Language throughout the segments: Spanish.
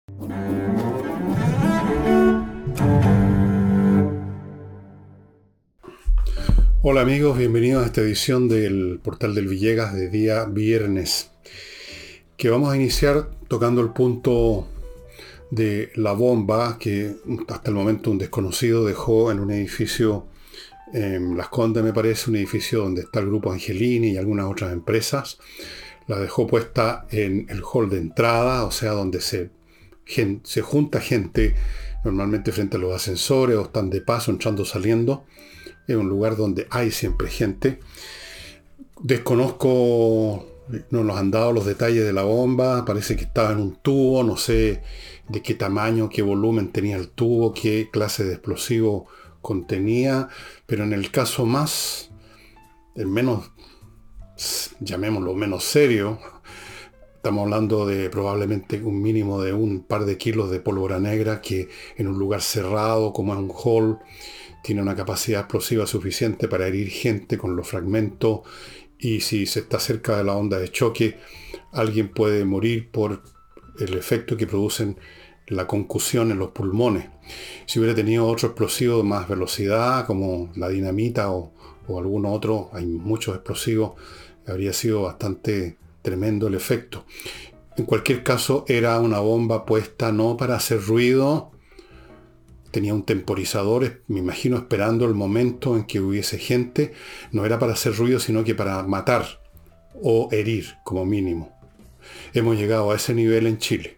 Hola amigos, bienvenidos a esta edición del Portal del Villegas de día viernes, que vamos a iniciar tocando el punto de la bomba que hasta el momento un desconocido dejó en un edificio en Las Condes, me parece, un edificio donde está el Grupo Angelini y algunas otras empresas. La dejó puesta en el hall de entrada, o sea, donde se junta gente normalmente frente a los ascensores o están de paso, entrando o saliendo. Es un lugar donde hay siempre gente. Desconozco, no nos han dado los detalles de la bomba. Parece que estaba en un tubo, no sé de qué tamaño, qué volumen tenía el tubo, qué clase de explosivo contenía. Pero en el caso el menos, llamémoslo menos serio, estamos hablando de probablemente un mínimo de un par de kilos de pólvora negra que en un lugar cerrado como es un hall tiene una capacidad explosiva suficiente para herir gente con los fragmentos, y si se está cerca de la onda de choque, alguien puede morir por el efecto que producen la concusión en los pulmones. Si hubiera tenido otro explosivo de más velocidad, como la dinamita o algún otro, hay muchos explosivos, habría sido bastante tremendo el efecto. En cualquier caso, era una bomba puesta no para hacer ruido. Tenía un temporizador, me imagino, esperando el momento en que hubiese gente. No era para hacer ruido, sino que para matar o herir, como mínimo. Hemos llegado a ese nivel en Chile.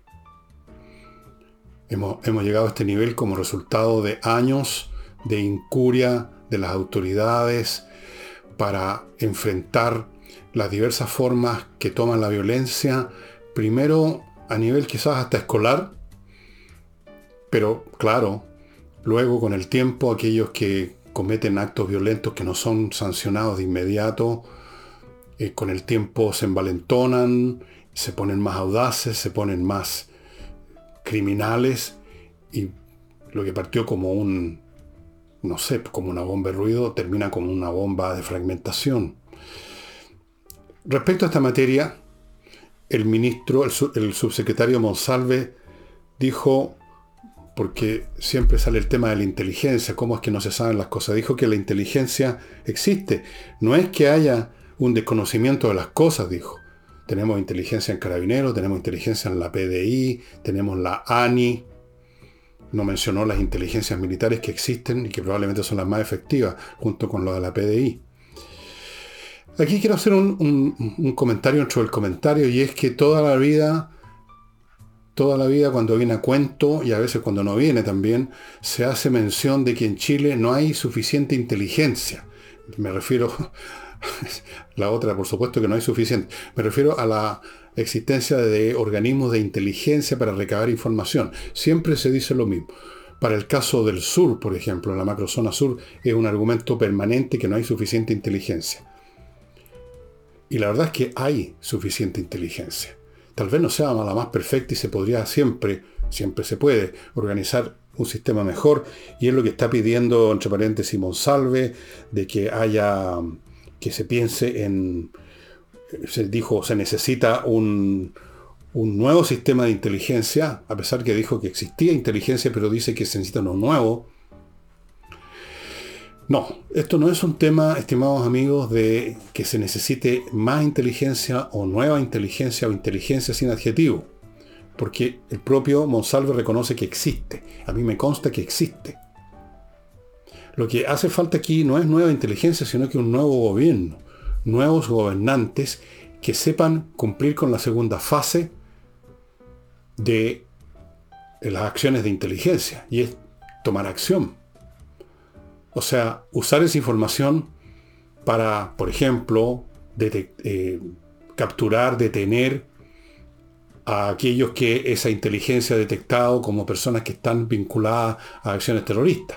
Hemos llegado a este nivel como resultado de años de incuria de las autoridades para enfrentar las diversas formas que toman la violencia, primero a nivel quizás hasta escolar, pero claro, luego, con el tiempo, aquellos que cometen actos violentos que no son sancionados de inmediato, con el tiempo se envalentonan, se ponen más audaces, se ponen más criminales, y lo que partió como como una bomba de ruido, termina como una bomba de fragmentación. Respecto a esta materia, el ministro, el subsecretario Monsalve, dijo, porque siempre sale el tema de la inteligencia, cómo es que no se saben las cosas. Dijo que la inteligencia existe. No es que haya un desconocimiento de las cosas, dijo. Tenemos inteligencia en Carabineros, tenemos inteligencia en la PDI, tenemos la ANI. No mencionó las inteligencias militares que existen y que probablemente son las más efectivas, junto con lo de la PDI. Aquí quiero hacer un comentario dentro del comentario, y es que toda la vida cuando viene a cuento, y a veces cuando no viene también, se hace mención de que en Chile no hay suficiente inteligencia. Me refiero, la otra por supuesto que no hay suficiente, me refiero a la existencia de organismos de inteligencia para recabar información. Siempre se dice lo mismo. Para el caso del sur, por ejemplo, en la macrozona sur, es un argumento permanente que no hay suficiente inteligencia. Y la verdad es que hay suficiente inteligencia. Tal vez no sea la más perfecta y se podría siempre se puede organizar un sistema mejor, y es lo que está pidiendo, entre paréntesis, Monsalve, de que se piense se necesita un nuevo sistema de inteligencia, a pesar que dijo que existía inteligencia, pero dice que se necesita uno nuevo. No, esto no es un tema, estimados amigos, de que se necesite más inteligencia o nueva inteligencia o inteligencia sin adjetivo, porque el propio Monsalve reconoce que existe. A mí me consta que existe. Lo que hace falta aquí no es nueva inteligencia, sino que un nuevo gobierno, nuevos gobernantes que sepan cumplir con la segunda fase de las acciones de inteligencia, y es tomar acción. O sea, usar esa información para, por ejemplo, capturar, detener a aquellos que esa inteligencia ha detectado como personas que están vinculadas a acciones terroristas.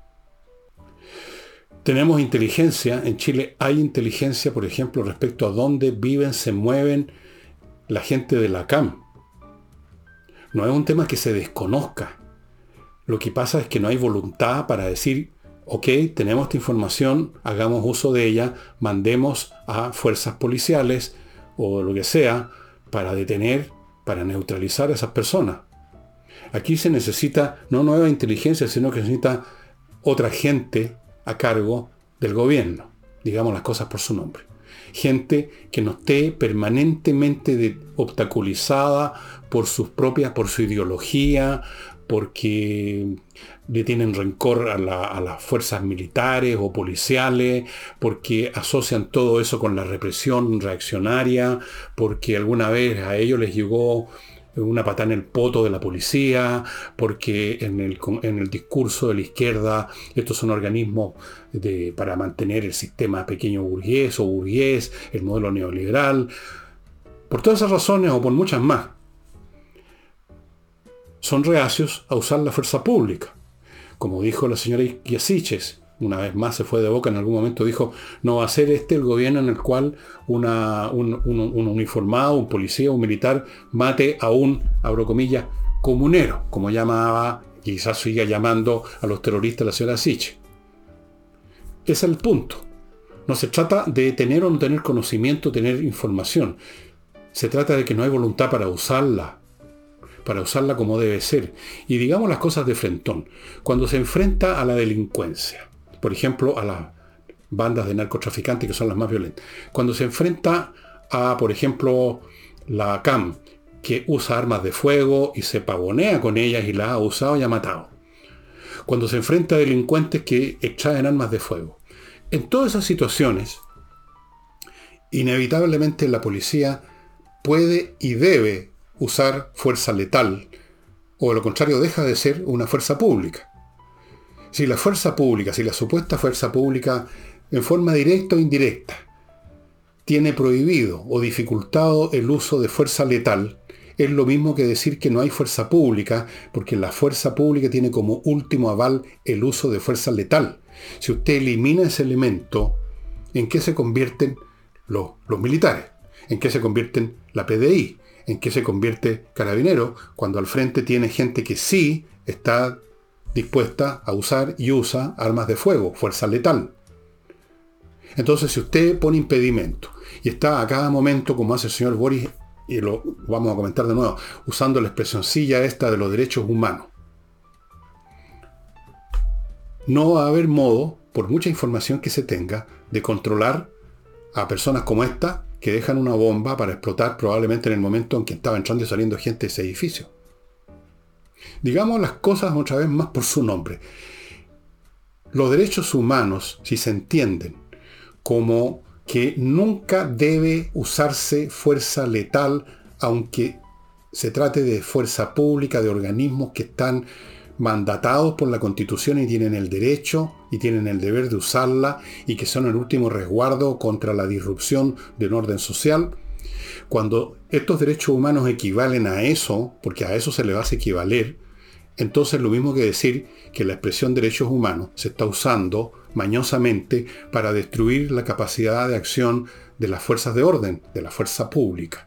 Tenemos inteligencia, en Chile hay inteligencia, por ejemplo, respecto a dónde viven, se mueven la gente de la CAM. No es un tema que se desconozca. Lo que pasa es que no hay voluntad para decir, ok, tenemos esta información, hagamos uso de ella, mandemos a fuerzas policiales o lo que sea para detener, para neutralizar a esas personas. Aquí se necesita no nueva inteligencia, sino que se necesita otra gente a cargo del gobierno. Digamos las cosas por su nombre. Gente que no esté permanentemente obstaculizada por su ideología, porque le tienen rencor a las fuerzas militares o policiales, porque asocian todo eso con la represión reaccionaria, porque alguna vez a ellos les llegó una patada en el poto de la policía, porque en el discurso de la izquierda estos son organismos para mantener el sistema pequeño burgués o burgués, el modelo neoliberal. Por todas esas razones o por muchas más, son reacios a usar la fuerza pública. Como dijo la señora Iasiches, una vez más se fue de boca, en algún momento dijo, no va a ser el gobierno en el cual un uniformado, un policía, un militar mate a un, abro comillas, comunero, como llamaba, quizás siga llamando a los terroristas la señora Iasiches. Ese es el punto. No se trata de tener o no tener conocimiento, tener información. Se trata de que no hay voluntad para usarla como debe ser. Y digamos las cosas de frentón. Cuando se enfrenta a la delincuencia, por ejemplo, a las bandas de narcotraficantes que son las más violentas, cuando se enfrenta a, por ejemplo, la CAM, que usa armas de fuego y se pavonea con ellas y las ha usado y ha matado. Cuando se enfrenta a delincuentes que extraen armas de fuego. En todas esas situaciones, inevitablemente la policía puede y debe usar fuerza letal, o de lo contrario deja de ser una fuerza pública. Si la supuesta fuerza pública, en forma directa o indirecta, tiene prohibido o dificultado el uso de fuerza letal, es lo mismo que decir que no hay fuerza pública, porque la fuerza pública tiene como último aval el uso de fuerza letal. Si usted elimina ese elemento, ¿en qué se convierten los militares? ¿En qué se convierten la PDI? ¿En qué se convierte Carabinero? Cuando al frente tiene gente que sí está dispuesta a usar y usa armas de fuego, fuerza letal. Entonces, si usted pone impedimento y está a cada momento, como hace el señor Boris, y lo vamos a comentar de nuevo, usando la expresioncilla esta de los derechos humanos, no va a haber modo, por mucha información que se tenga, de controlar a personas como esta, que dejan una bomba para explotar probablemente en el momento en que estaba entrando y saliendo gente de ese edificio. Digamos las cosas otra vez más por su nombre. Los derechos humanos, si se entienden como que nunca debe usarse fuerza letal, aunque se trate de fuerza pública, de organismos que están mandatados por la Constitución y tienen el derecho y tienen el deber de usarla y que son el último resguardo contra la disrupción de un orden social. Cuando estos derechos humanos equivalen a eso, porque a eso se le va a equivaler, entonces lo mismo que decir que la expresión derechos humanos se está usando mañosamente para destruir la capacidad de acción de las fuerzas de orden, de la fuerza pública.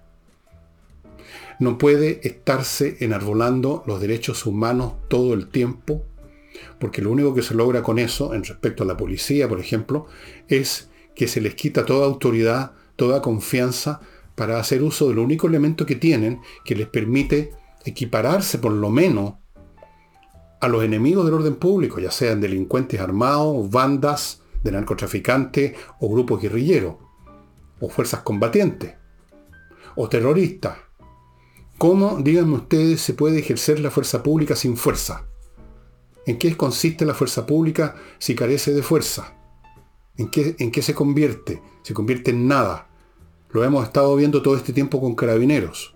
No puede estarse enarbolando los derechos humanos todo el tiempo, porque lo único que se logra con eso, en respecto a la policía, por ejemplo, es que se les quita toda autoridad, toda confianza para hacer uso del único elemento que tienen, que les permite equipararse por lo menos a los enemigos del orden público, ya sean delincuentes armados, bandas de narcotraficantes o grupos guerrilleros, o fuerzas combatientes, o terroristas. ¿Cómo, díganme ustedes, se puede ejercer la fuerza pública sin fuerza? ¿En qué consiste la fuerza pública si carece de fuerza? ¿En qué se convierte? Se convierte en nada. Lo hemos estado viendo todo este tiempo con Carabineros.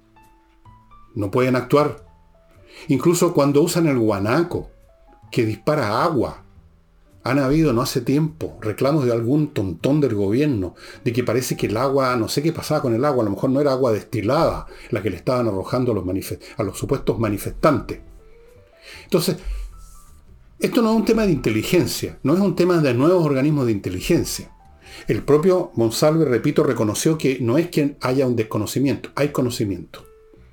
No pueden actuar. Incluso cuando usan el guanaco, que dispara agua. Han habido no hace tiempo reclamos de algún tontón del gobierno de que parece que el agua, no sé qué pasaba con el agua, a lo mejor no era agua destilada la que le estaban arrojando a los supuestos manifestantes. Entonces, esto no es un tema de inteligencia, no es un tema de nuevos organismos de inteligencia. El propio Monsalve, repito, reconoció que no es que haya un desconocimiento, hay conocimiento.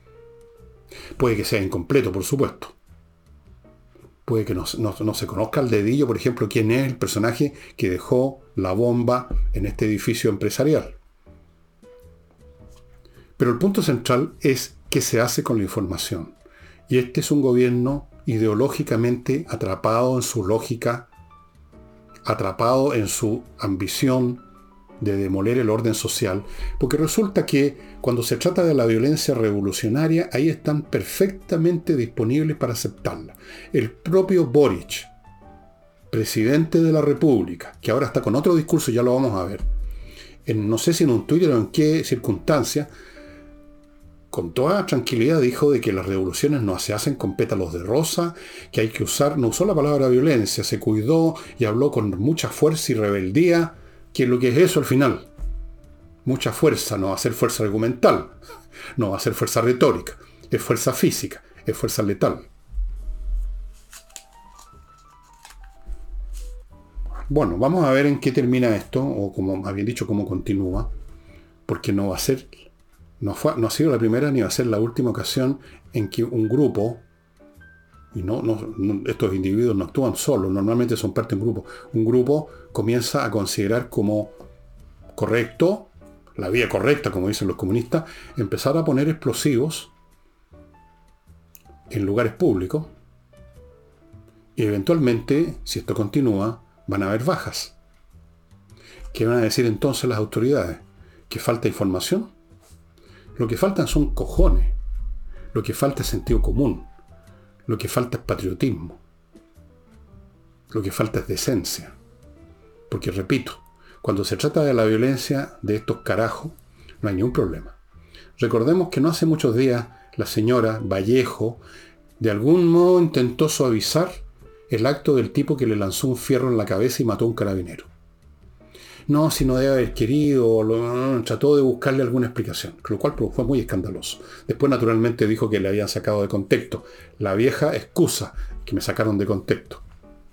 Puede que sea incompleto, por supuesto. Puede que no se conozca al dedillo, por ejemplo, quién es el personaje que dejó la bomba en este edificio empresarial. Pero el punto central es qué se hace con la información. Y este es un gobierno ideológicamente atrapado en su lógica, atrapado en su ambición de demoler el orden social, porque resulta que cuando se trata de la violencia revolucionaria, ahí están perfectamente disponibles para aceptarla. El propio Boric, presidente de la República, que ahora está con otro discurso, ya lo vamos a ver, no sé si en un Twitter o en qué circunstancia, con toda tranquilidad dijo de que las revoluciones no se hacen con pétalos de rosa, que hay que usar, no usó la palabra violencia, se cuidó y habló con mucha fuerza y rebeldía, que es lo que es eso al final. Mucha fuerza, no va a ser fuerza argumental, no va a ser fuerza retórica, es fuerza física, es fuerza letal. Bueno, vamos a ver en qué termina esto, o como habían dicho, cómo continúa, porque no va a ser, no ha sido la primera ni va a ser la última ocasión en que un grupo, y estos individuos no actúan solos, normalmente son parte de un grupo comienza a considerar como correcto, la vía correcta, como dicen los comunistas, empezar a poner explosivos en lugares públicos, y eventualmente, si esto continúa, van a haber bajas. ¿Qué van a decir entonces las autoridades? ¿Que falta información? Lo que faltan son cojones. Lo que falta es sentido común. Lo que falta es patriotismo. Lo que falta es decencia. Porque, repito, cuando se trata de la violencia de estos carajos, no hay ningún problema. Recordemos que no hace muchos días la señora Vallejo de algún modo intentó suavizar el acto del tipo que le lanzó un fierro en la cabeza y mató a un carabinero. No, si no debe haber querido, trató de buscarle alguna explicación, lo cual fue muy escandaloso. Después, naturalmente, dijo que le habían sacado de contexto. La vieja excusa que me sacaron de contexto.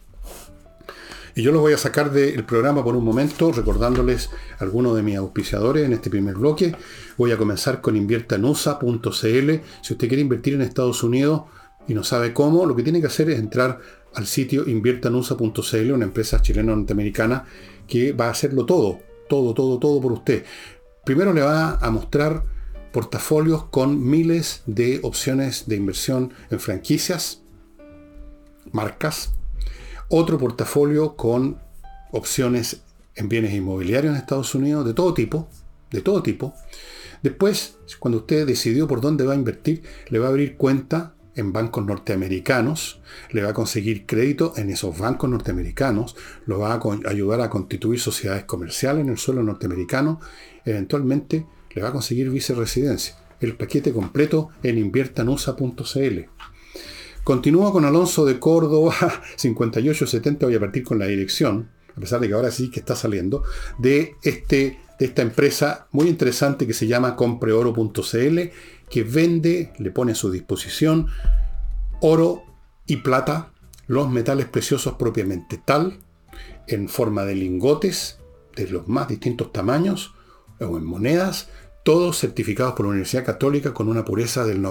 Y yo los voy a sacar del programa por un momento, recordándoles algunos de mis auspiciadores en este primer bloque. Voy a comenzar con inviertanusa.cl. Si usted quiere invertir en Estados Unidos y no sabe cómo, lo que tiene que hacer es entrar al sitio inviertanusa.cl, una empresa chileno-norteamericana que va a hacerlo todo por usted. Primero le va a mostrar portafolios con miles de opciones de inversión en franquicias, marcas. Otro portafolio con opciones en bienes inmobiliarios en Estados Unidos, de todo tipo. Después, cuando usted decidió por dónde va a invertir, le va a abrir cuenta en bancos norteamericanos, le va a conseguir crédito en esos bancos norteamericanos, lo va a ayudar a constituir sociedades comerciales en el suelo norteamericano, eventualmente le va a conseguir viceresidencia. El paquete completo en inviertanusa.cl. Continúo con Alonso de Córdoba, 5870, voy a partir con la dirección, a pesar de que ahora sí que está saliendo, de esta empresa muy interesante que se llama compreoro.cl, que vende, le pone a su disposición oro y plata, los metales preciosos propiamente tal, en forma de lingotes de los más distintos tamaños, o en monedas, todos certificados por la Universidad Católica con una pureza del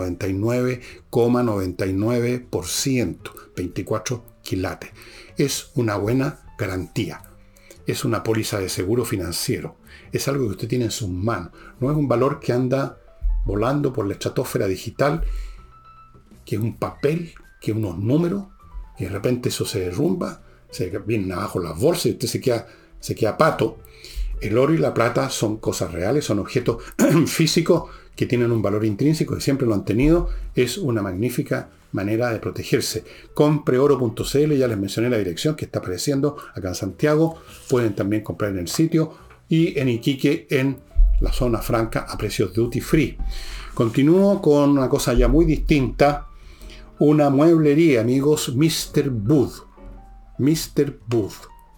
99,99%, 24 quilates. Es una buena garantía. Es una póliza de seguro financiero. Es algo que usted tiene en sus manos. No es un valor que anda volando por la estratosfera digital, que es un papel, que es unos números, y de repente eso se derrumba, se vienen abajo las bolsas y usted se queda pato. El oro y la plata son cosas reales, son objetos físicos que tienen un valor intrínseco, que siempre lo han tenido. Es una magnífica manera de protegerse. Compreoro.cl, ya les mencioné la dirección que está apareciendo acá en Santiago. Pueden también comprar en el sitio y en Iquique, en la zona franca, a precios duty free. Continúo con una cosa ya muy distinta. Una mueblería, amigos, Mr. Booth. Mr. Booth.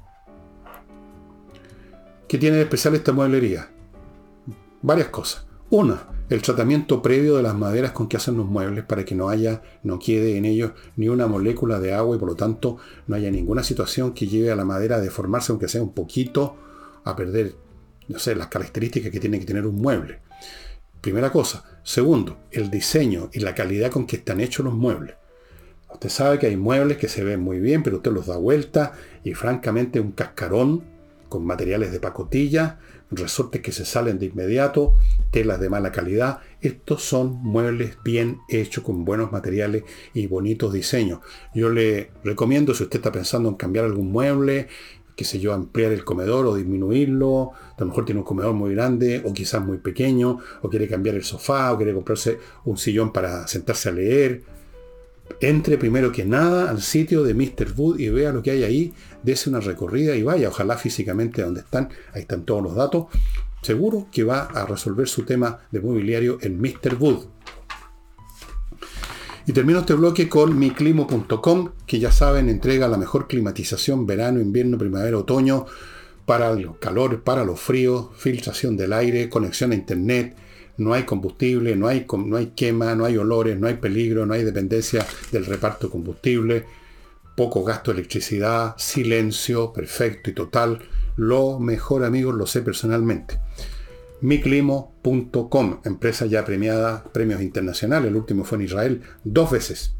¿Qué tiene de especial esta mueblería? Varias cosas. Una, el tratamiento previo de las maderas con que hacen los muebles para que no quede en ellos ni una molécula de agua y por lo tanto no haya ninguna situación que lleve a la madera a deformarse, aunque sea un poquito, a perder, las características que tiene que tener un mueble. Primera cosa. Segundo, el diseño y la calidad con que están hechos los muebles. Usted sabe que hay muebles que se ven muy bien, pero usted los da vuelta y francamente un cascarón con materiales de pacotilla, resortes que se salen de inmediato, telas de mala calidad. Estos son muebles bien hechos, con buenos materiales y bonitos diseños. Yo le recomiendo, si usted está pensando en cambiar algún mueble, qué sé yo, ampliar el comedor o disminuirlo, a lo mejor tiene un comedor muy grande o quizás muy pequeño, o quiere cambiar el sofá, o quiere comprarse un sillón para sentarse a leer, entre primero que nada al sitio de Mr. Wood y vea lo que hay ahí, dése una recorrida y vaya, ojalá físicamente a donde están, ahí están todos los datos. Seguro que va a resolver su tema de mobiliario en Mr. Wood. Y termino este bloque con miclimo.com, que ya saben, entrega la mejor climatización verano, invierno, primavera, otoño, para los calores, para los fríos, filtración del aire, conexión a internet. No hay combustible, no hay quema, no hay olores, no hay peligro, no hay dependencia del reparto de combustible, poco gasto de electricidad, silencio perfecto y total. Lo mejor, amigos, lo sé personalmente. miclimo.com, empresa ya premiada, premios internacionales, el último fue en Israel 2 veces.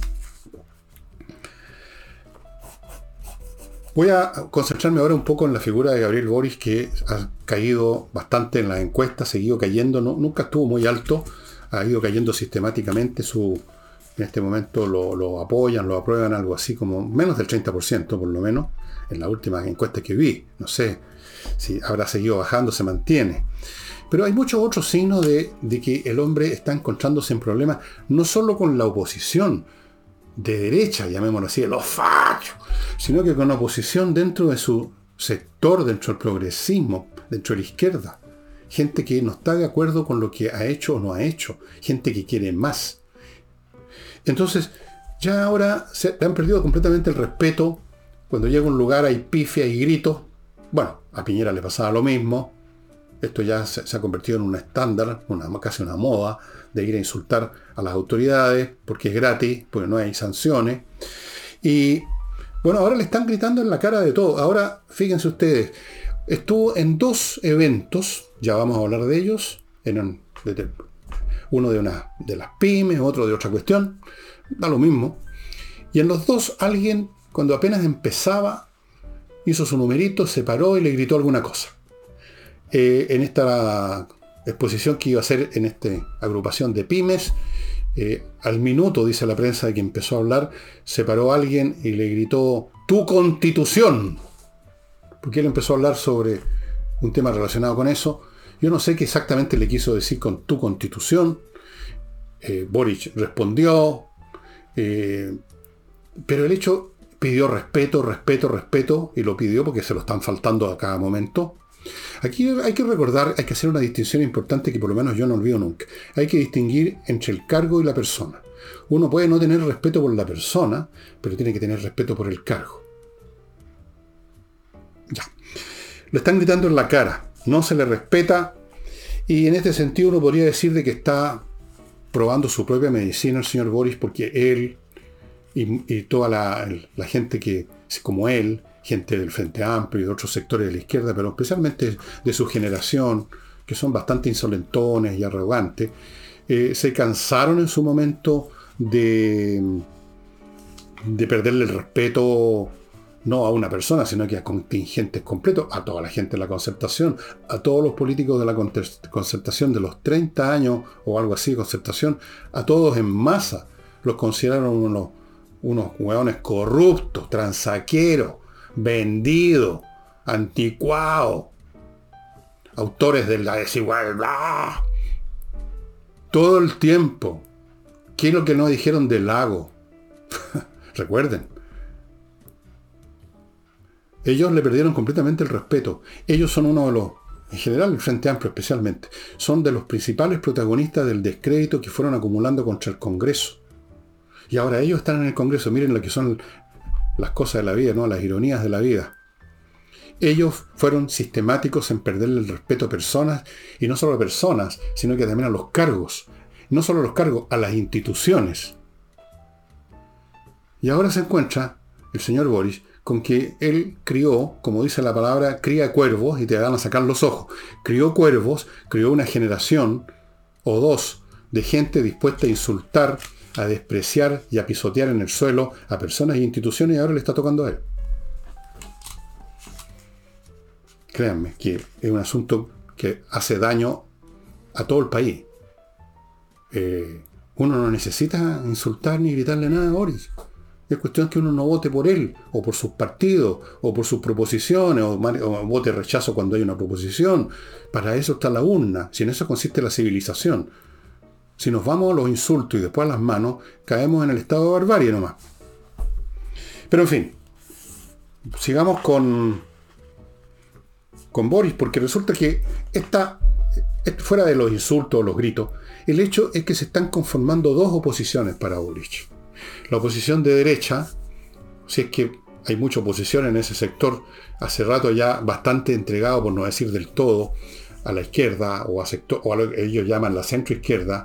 Voy a concentrarme ahora un poco en la figura de Gabriel Boric, que ha caído bastante en las encuestas, seguido cayendo, nunca estuvo muy alto, ha ido cayendo sistemáticamente. En este momento lo apoyan, lo aprueban algo así como menos del 30%, por lo menos, en las últimas encuestas que vi. No sé si habrá seguido bajando, se mantiene. Pero hay muchos otros signos de que el hombre está encontrándose en problemas, no solo con la oposición de derecha, llamémoslo así, los fachos, sino que con la oposición dentro de su sector, dentro del progresismo, dentro de la izquierda. Gente que no está de acuerdo con lo que ha hecho o no ha hecho. Gente que quiere más. Entonces, ya ahora se han perdido completamente el respeto. Cuando llega a un lugar hay pifia y gritos. Bueno, a Piñera le pasaba lo mismo. Esto ya se ha convertido en un estándar, casi una moda, de ir a insultar a las autoridades, porque es gratis, porque no hay sanciones. Y bueno, ahora le están gritando en la cara de todo. Ahora, fíjense ustedes, estuvo en 2 eventos, ya vamos a hablar de ellos, uno de las pymes, otro de otra cuestión, da lo mismo. Y en los dos alguien, cuando apenas empezaba, hizo su numerito, se paró y le gritó alguna cosa. En esta exposición que iba a hacer en esta agrupación de pymes, al minuto, dice la prensa, de que empezó a hablar, se paró alguien y le gritó «¡Tu Constitución!», porque él empezó a hablar sobre un tema relacionado con eso. Yo no sé qué exactamente le quiso decir con «tu Constitución». Boric respondió, pero el hecho pidió respeto, y lo pidió porque se lo están faltando a cada momento. Aquí hay que recordar, hay que hacer una distinción importante que por lo menos yo no olvido nunca. Hay que distinguir entre el cargo y la persona. Uno puede no tener respeto por la persona, pero tiene que tener respeto por el cargo. Ya. Le están gritando en la cara, no se le respeta, y en este sentido uno podría decir de que está probando su propia medicina el señor Boric, porque él y toda la gente que, como él, gente del Frente Amplio y de otros sectores de la izquierda, pero especialmente de su generación, que son bastante insolentones y arrogantes, se cansaron en su momento de perderle el respeto no a una persona, sino que a contingentes completos, a toda la gente de la Concertación, a todos los políticos de la Concertación de los 30 años o algo así, Concertación, a todos en masa. Los consideraron unos hueones corruptos, transaqueros, vendidos, anticuados, autores de la desigualdad. Todo el tiempo. ¿Qué es lo que no dijeron del Lago? Recuerden. Ellos le perdieron completamente el respeto. Ellos son uno de los, en general el Frente Amplio especialmente, son de los principales protagonistas del descrédito que fueron acumulando contra el Congreso. Y ahora ellos están en el Congreso. Miren lo que son las cosas de la vida, ¿no? Las ironías de la vida. Ellos fueron sistemáticos en perderle el respeto a personas, y no solo a personas, sino que también a los cargos. No solo a los cargos, a las instituciones. Y ahora se encuentra el señor Boric con que él crió, como dice la palabra, cría cuervos y te van a sacar los ojos. Crió cuervos, crió una generación o dos de gente dispuesta a insultar, a despreciar y a pisotear en el suelo a personas e instituciones, y ahora le está tocando a él. créanme, que es un asunto que hace daño a todo el país. Uno no necesita insultar ni gritarle nada a Boric. Es cuestión que uno no vote por él, o por sus partidos, o por sus proposiciones, o vote rechazo cuando hay una proposición. Para eso está la urna. Si en eso consiste la civilización. Si nos vamos a los insultos y después a las manos, caemos en el estado de barbarie nomás. Pero en fin, sigamos con Boric, porque resulta que fuera de los insultos o los gritos, el hecho es que se están conformando dos oposiciones para Boric. La oposición de derecha, si es que hay mucha oposición en ese sector, hace rato ya bastante entregado, por no decir del todo, a la izquierda o a lo que ellos llaman la centroizquierda.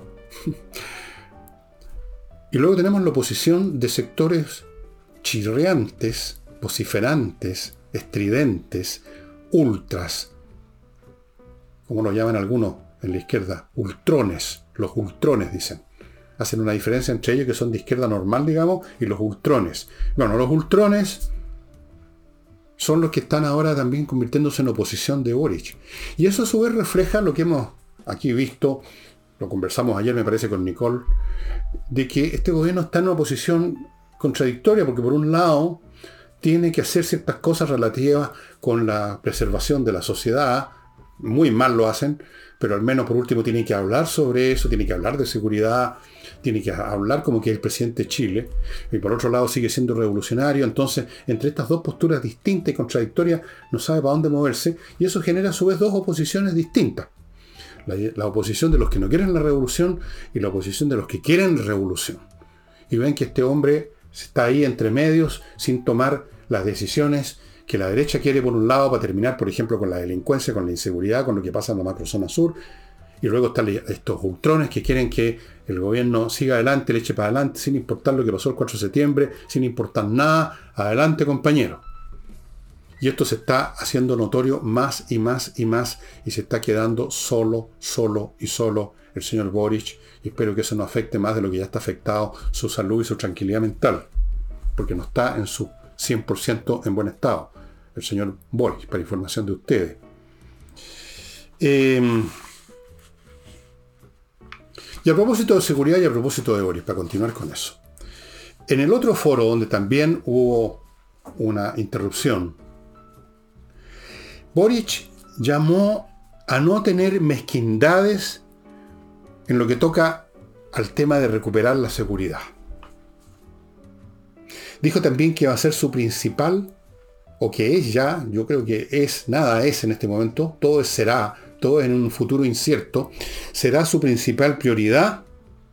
Y luego tenemos la oposición de sectores chirriantes, vociferantes, estridentes, ultras, como lo llaman algunos en la izquierda, ultrones, los ultrones dicen. Hacen una diferencia entre ellos que son de izquierda normal, digamos, y los ultrones. Bueno, los ultrones son los que están ahora también convirtiéndose en oposición de Boric. Y eso a su vez refleja lo que hemos aquí visto, lo conversamos ayer me parece con Nicole, de que este gobierno está en una posición contradictoria, porque por un lado tiene que hacer ciertas cosas relativas con la preservación de la sociedad, muy mal lo hacen, pero al menos por último tiene que hablar sobre eso, tiene que hablar de seguridad, tiene que hablar como que es el presidente de Chile, y por otro lado sigue siendo revolucionario. Entonces, entre estas dos posturas distintas y contradictorias, no sabe para dónde moverse, y eso genera a su vez dos oposiciones distintas. La oposición de los que no quieren la revolución y la oposición de los que quieren revolución. Y ven que este hombre está ahí entre medios sin tomar las decisiones que la derecha quiere por un lado para terminar, por ejemplo, con la delincuencia, con la inseguridad, con lo que pasa en la macrozona sur. Y luego están estos ultrones que quieren que el gobierno siga adelante, le eche para adelante, sin importar lo que pasó el 4 de septiembre, sin importar nada. Adelante, compañero. Y esto se está haciendo notorio más y más y más, y se está quedando solo el señor Boric. Y espero que eso no afecte más de lo que ya está afectado su salud y su tranquilidad mental, porque no está en su 100% en buen estado el señor Boric, para información de ustedes. Y a propósito de seguridad y a propósito de Boric, para continuar con eso, en el otro foro donde también hubo una interrupción, Boric llamó a no tener mezquindades en lo que toca al tema de recuperar la seguridad. Dijo también que va a ser su principal, o que es ya, yo creo que es, nada es en este momento, todo es será, todo es en un futuro incierto, será su principal prioridad.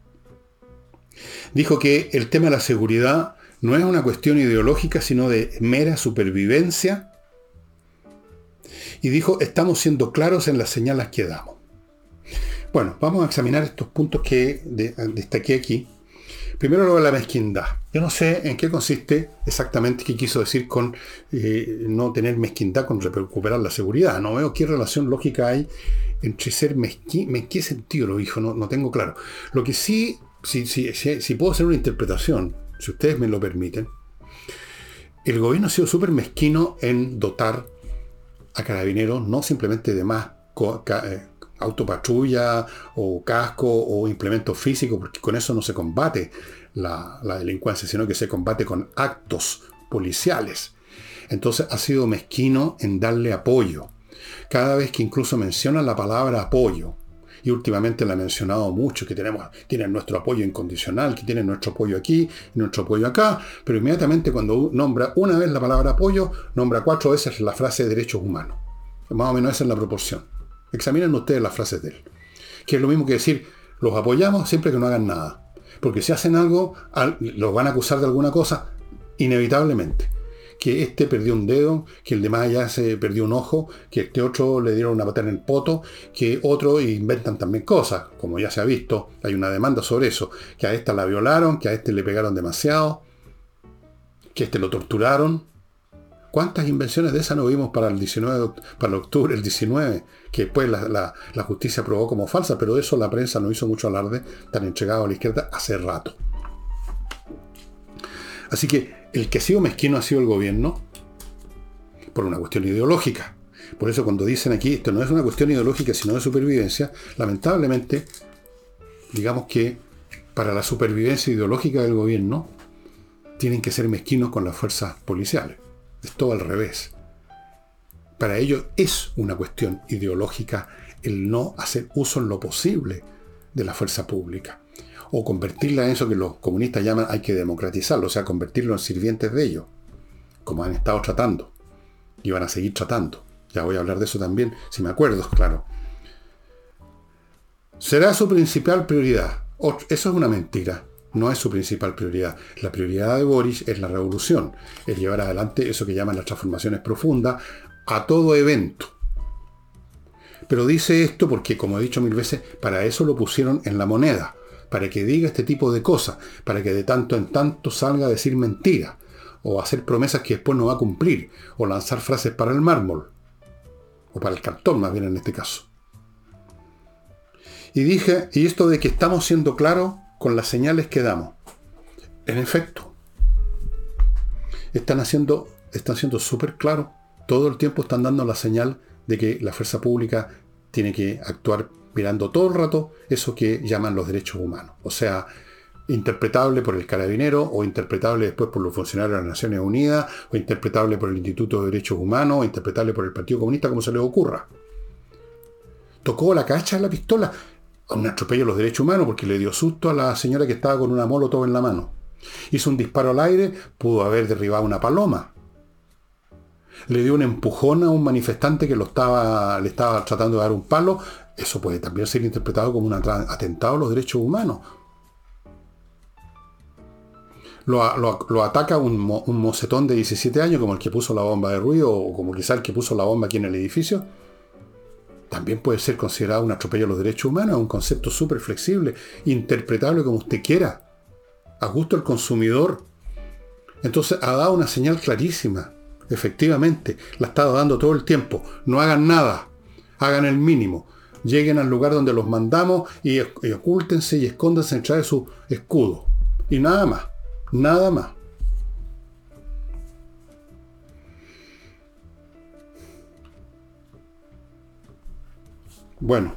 Dijo que el tema de la seguridad no es una cuestión ideológica, sino de mera supervivencia. Y dijo, estamos siendo claros en las señales que damos. Bueno, vamos a examinar estos puntos que destaqué aquí. Primero lo de la mezquindad. Yo no sé en qué consiste exactamente qué quiso decir con no tener mezquindad con recuperar la seguridad. No veo qué relación lógica hay entre ser mezquino. ¿En qué sentido lo dijo? No tengo claro. Lo que sí, si puedo hacer una interpretación, si ustedes me lo permiten, el gobierno ha sido súper mezquino en dotar a carabineros no simplemente de más autopatrulla o casco o implementos físicos, porque con eso no se combate la delincuencia, sino que se combate con actos policiales. Entonces ha sido mezquino en darle apoyo. Cada vez que incluso menciona la palabra apoyo, y últimamente la ha mencionado mucho, que tienen nuestro apoyo incondicional, que tienen nuestro apoyo aquí, nuestro apoyo acá, pero inmediatamente cuando nombra una vez la palabra apoyo, nombra 4 veces la frase derechos humanos. Más o menos esa es la proporción. Examinen ustedes las frases de él. Que es lo mismo que decir, los apoyamos siempre que no hagan nada. Porque si hacen algo, los van a acusar de alguna cosa, inevitablemente. Que este perdió un dedo, que el de más allá se perdió un ojo, que este otro le dieron una patada en el poto, que otro inventan también cosas, como ya se ha visto, hay una demanda sobre eso, que a esta la violaron, que a este le pegaron demasiado, que a este lo torturaron. ¿Cuántas invenciones de esas no vimos para el octubre del 19? Que después la justicia probó como falsa, pero de eso la prensa no hizo mucho alarde, tan entregado a la izquierda hace rato. Así que el que ha sido mezquino ha sido el gobierno por una cuestión ideológica. Por eso cuando dicen aquí, esto no es una cuestión ideológica, sino de supervivencia, lamentablemente, digamos que para la supervivencia ideológica del gobierno, tienen que ser mezquinos con las fuerzas policiales. Es todo al revés. Para ellos es una cuestión ideológica el no hacer uso en lo posible de la fuerza pública. O convertirla en eso que los comunistas llaman hay que democratizarlo, o sea, convertirlo en sirvientes de ellos, como han estado tratando. Y van a seguir tratando. Ya voy a hablar de eso también, si me acuerdo, claro. ¿Será su principal prioridad? Eso es una mentira. No es su principal prioridad. La prioridad de Boric es la revolución, es llevar adelante eso que llaman las transformaciones profundas a todo evento. Pero dice esto porque, como he dicho mil veces, para eso lo pusieron en la moneda, para que diga este tipo de cosas, para que de tanto en tanto salga a decir mentiras, o hacer promesas que después no va a cumplir, o lanzar frases para el mármol, o para el cartón más bien en este caso. Y dije, y esto de que estamos siendo claros con las señales que damos. En efecto, están siendo súper claros, todo el tiempo están dando la señal de que la fuerza pública tiene que actuar mirando todo el rato eso que llaman los derechos humanos. O sea, interpretable por el carabinero, o interpretable después por los funcionarios de las Naciones Unidas, o interpretable por el Instituto de Derechos Humanos, o interpretable por el Partido Comunista, como se les ocurra. Tocó la cacha de la pistola, un atropello a los derechos humanos, porque le dio susto a la señora que estaba con una molotov en la mano. Hizo un disparo al aire, pudo haber derribado una paloma. Le dio un empujón a un manifestante que le estaba tratando de dar un palo. Eso puede también ser interpretado como un atentado a los derechos humanos. Lo ataca un mocetón de 17 años, como el que puso la bomba de ruido, o como quizá el que puso la bomba aquí en el edificio. También puede ser considerado un atropello a los derechos humanos, un concepto súper flexible, interpretable como usted quiera, a gusto del consumidor. Entonces ha dado una señal clarísima. Efectivamente, la ha estado dando todo el tiempo. No hagan nada, hagan el mínimo. Lleguen al lugar donde los mandamos y ocúltense y escóndanse detrás de su escudo. Y nada más, nada más. Bueno.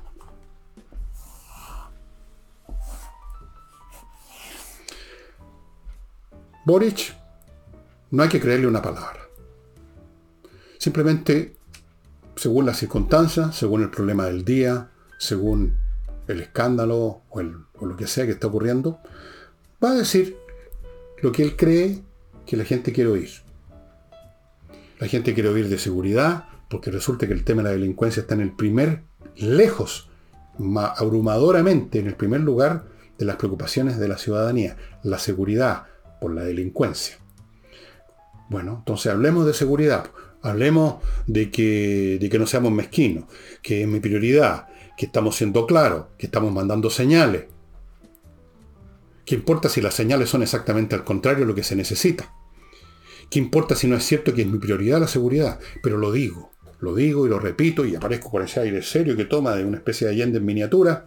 Boric, no hay que creerle una palabra. Simplemente, según las circunstancias, según el problema del día, según el escándalo o lo que sea que está ocurriendo, va a decir lo que él cree que la gente quiere oír. La gente quiere oír de seguridad, porque resulta que el tema de la delincuencia está en el lejos, abrumadoramente en el primer lugar de las preocupaciones de la ciudadanía, la seguridad por la delincuencia. Bueno, entonces hablemos de seguridad, hablemos de que no seamos mezquinos, que es mi prioridad, que estamos siendo claros, que estamos mandando señales. ¿Qué importa si las señales son exactamente al contrario de lo que se necesita? ¿Qué importa si no es cierto que es mi prioridad la seguridad? Pero lo digo y lo repito, y aparezco con ese aire serio que toma de una especie de Allende en miniatura.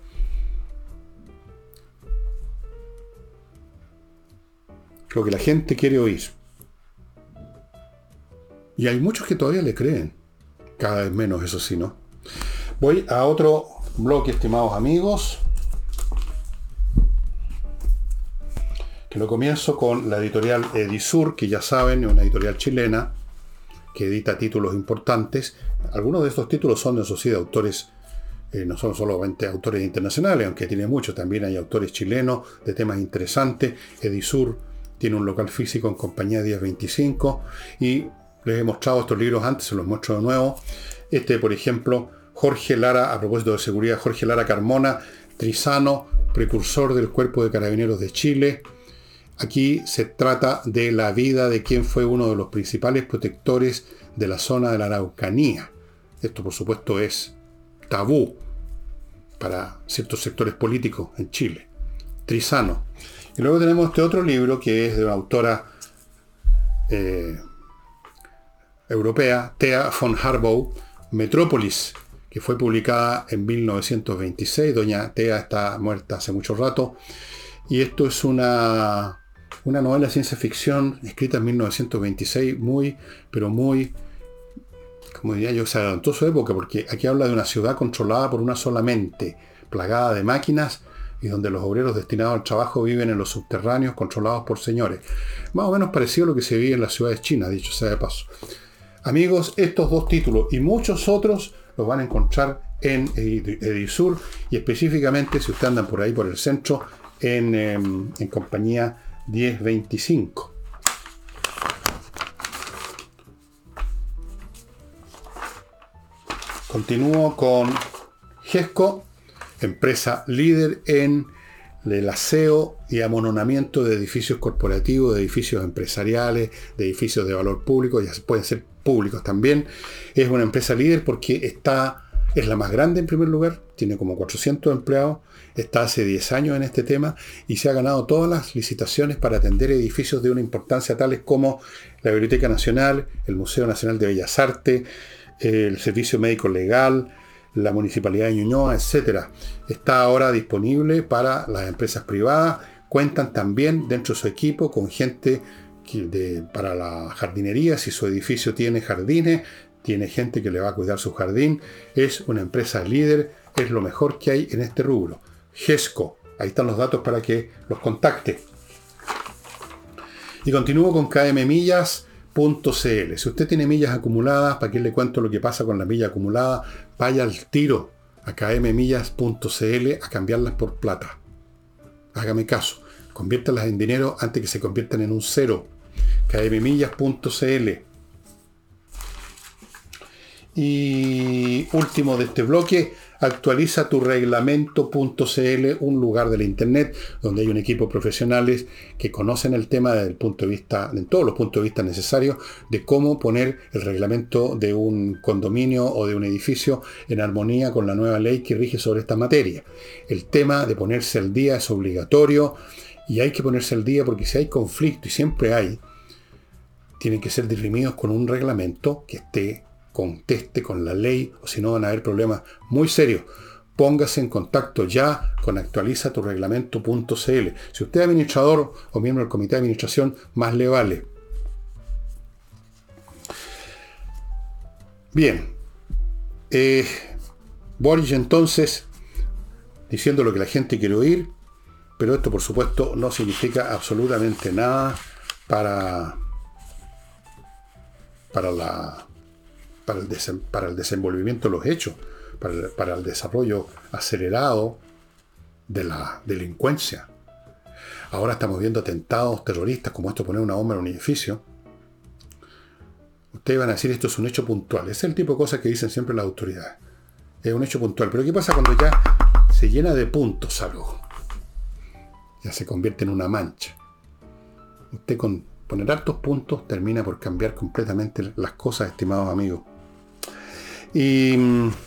Lo que la gente quiere oír. Y hay muchos que todavía le creen. Cada vez menos, eso sí, ¿no? Voy a otro bloque, estimados amigos. Que lo comienzo con la editorial Edisur, que ya saben, es una editorial chilena que edita títulos importantes. Algunos de estos títulos son, eso sí, de autores, no son solamente autores internacionales, aunque tiene muchos, también hay autores chilenos de temas interesantes. Edisur tiene un local físico en Compañía Díaz 25, y les he mostrado estos libros antes, se los muestro de nuevo. Por ejemplo, Jorge Lara, a propósito de seguridad, Jorge Lara Carmona, Trizano, precursor del Cuerpo de Carabineros de Chile. Aquí se trata de la vida de quien fue uno de los principales protectores de la zona de la Araucanía. Esto, por supuesto, es tabú para ciertos sectores políticos en Chile. Trizano. Y luego tenemos este otro libro que es de una autora europea, Thea von Harbou, Metrópolis, que fue publicada en 1926. Doña Thea está muerta hace mucho rato. Y esto es una novela de ciencia ficción escrita en 1926, muy, pero muy como diría yo, se adelantó su época, porque aquí habla de una ciudad controlada por una sola mente, plagada de máquinas, y donde los obreros destinados al trabajo viven en los subterráneos controlados por señores. Más o menos parecido a lo que se vive en las ciudades chinas, dicho sea de paso. Amigos, estos dos títulos y muchos otros los van a encontrar en Edisur, y específicamente, si ustedes andan por ahí por el centro, en compañía 1025. Continúo con GESCO, empresa líder en el aseo y amononamiento de edificios corporativos, de edificios empresariales, de edificios de valor público, ya pueden ser públicos también. Es una empresa líder porque es la más grande en primer lugar, tiene como 400 empleados, está hace 10 años en este tema y se ha ganado todas las licitaciones para atender edificios de una importancia tales como la Biblioteca Nacional, el Museo Nacional de Bellas Artes, el Servicio Médico Legal, la Municipalidad de Ñuñoa, etc. Está ahora disponible para las empresas privadas. Cuentan también dentro de su equipo con gente para la jardinería. Si su edificio tiene jardines, tiene gente que le va a cuidar su jardín. Es una empresa líder, es lo mejor que hay en este rubro. GESCO, ahí están los datos para que los contacte. Y continúo con KMMillas.cl. Si usted tiene millas acumuladas, ¿para qué le cuento lo que pasa con la milla acumulada? Vaya al tiro a kmmillas.cl a cambiarlas por plata. Hágame caso, conviértalas en dinero antes que se conviertan en un cero. kmmillas.cl. Y último de este bloque, actualiza tu reglamento.cl, un lugar de la internet donde hay un equipo de profesionales que conocen el tema desde el punto de vista, en todos los puntos de vista necesarios, de cómo poner el reglamento de un condominio o de un edificio en armonía con la nueva ley que rige sobre esta materia. El tema de ponerse al día es obligatorio y hay que ponerse al día porque si hay conflicto, y siempre hay, tienen que ser dirimidos con un reglamento que conteste con la ley, o si no van a haber problemas muy serios. Póngase en contacto ya con actualiza tu reglamento.cl. Si usted es administrador o miembro del comité de administración, más le vale. Bien. Boric entonces diciendo lo que la gente quiere oír, pero esto por supuesto no significa absolutamente nada para el desenvolvimiento de los hechos, para el desarrollo acelerado de la delincuencia. Ahora estamos viendo atentados terroristas como esto, poner una bomba en un edificio. Ustedes van a decir esto es un hecho puntual. Ese es el tipo de cosas que dicen siempre las autoridades. Es un hecho puntual. Pero ¿qué pasa cuando ya se llena de puntos algo? Ya se convierte en una mancha. Usted con poner hartos puntos termina por cambiar completamente las cosas, estimados amigos. Y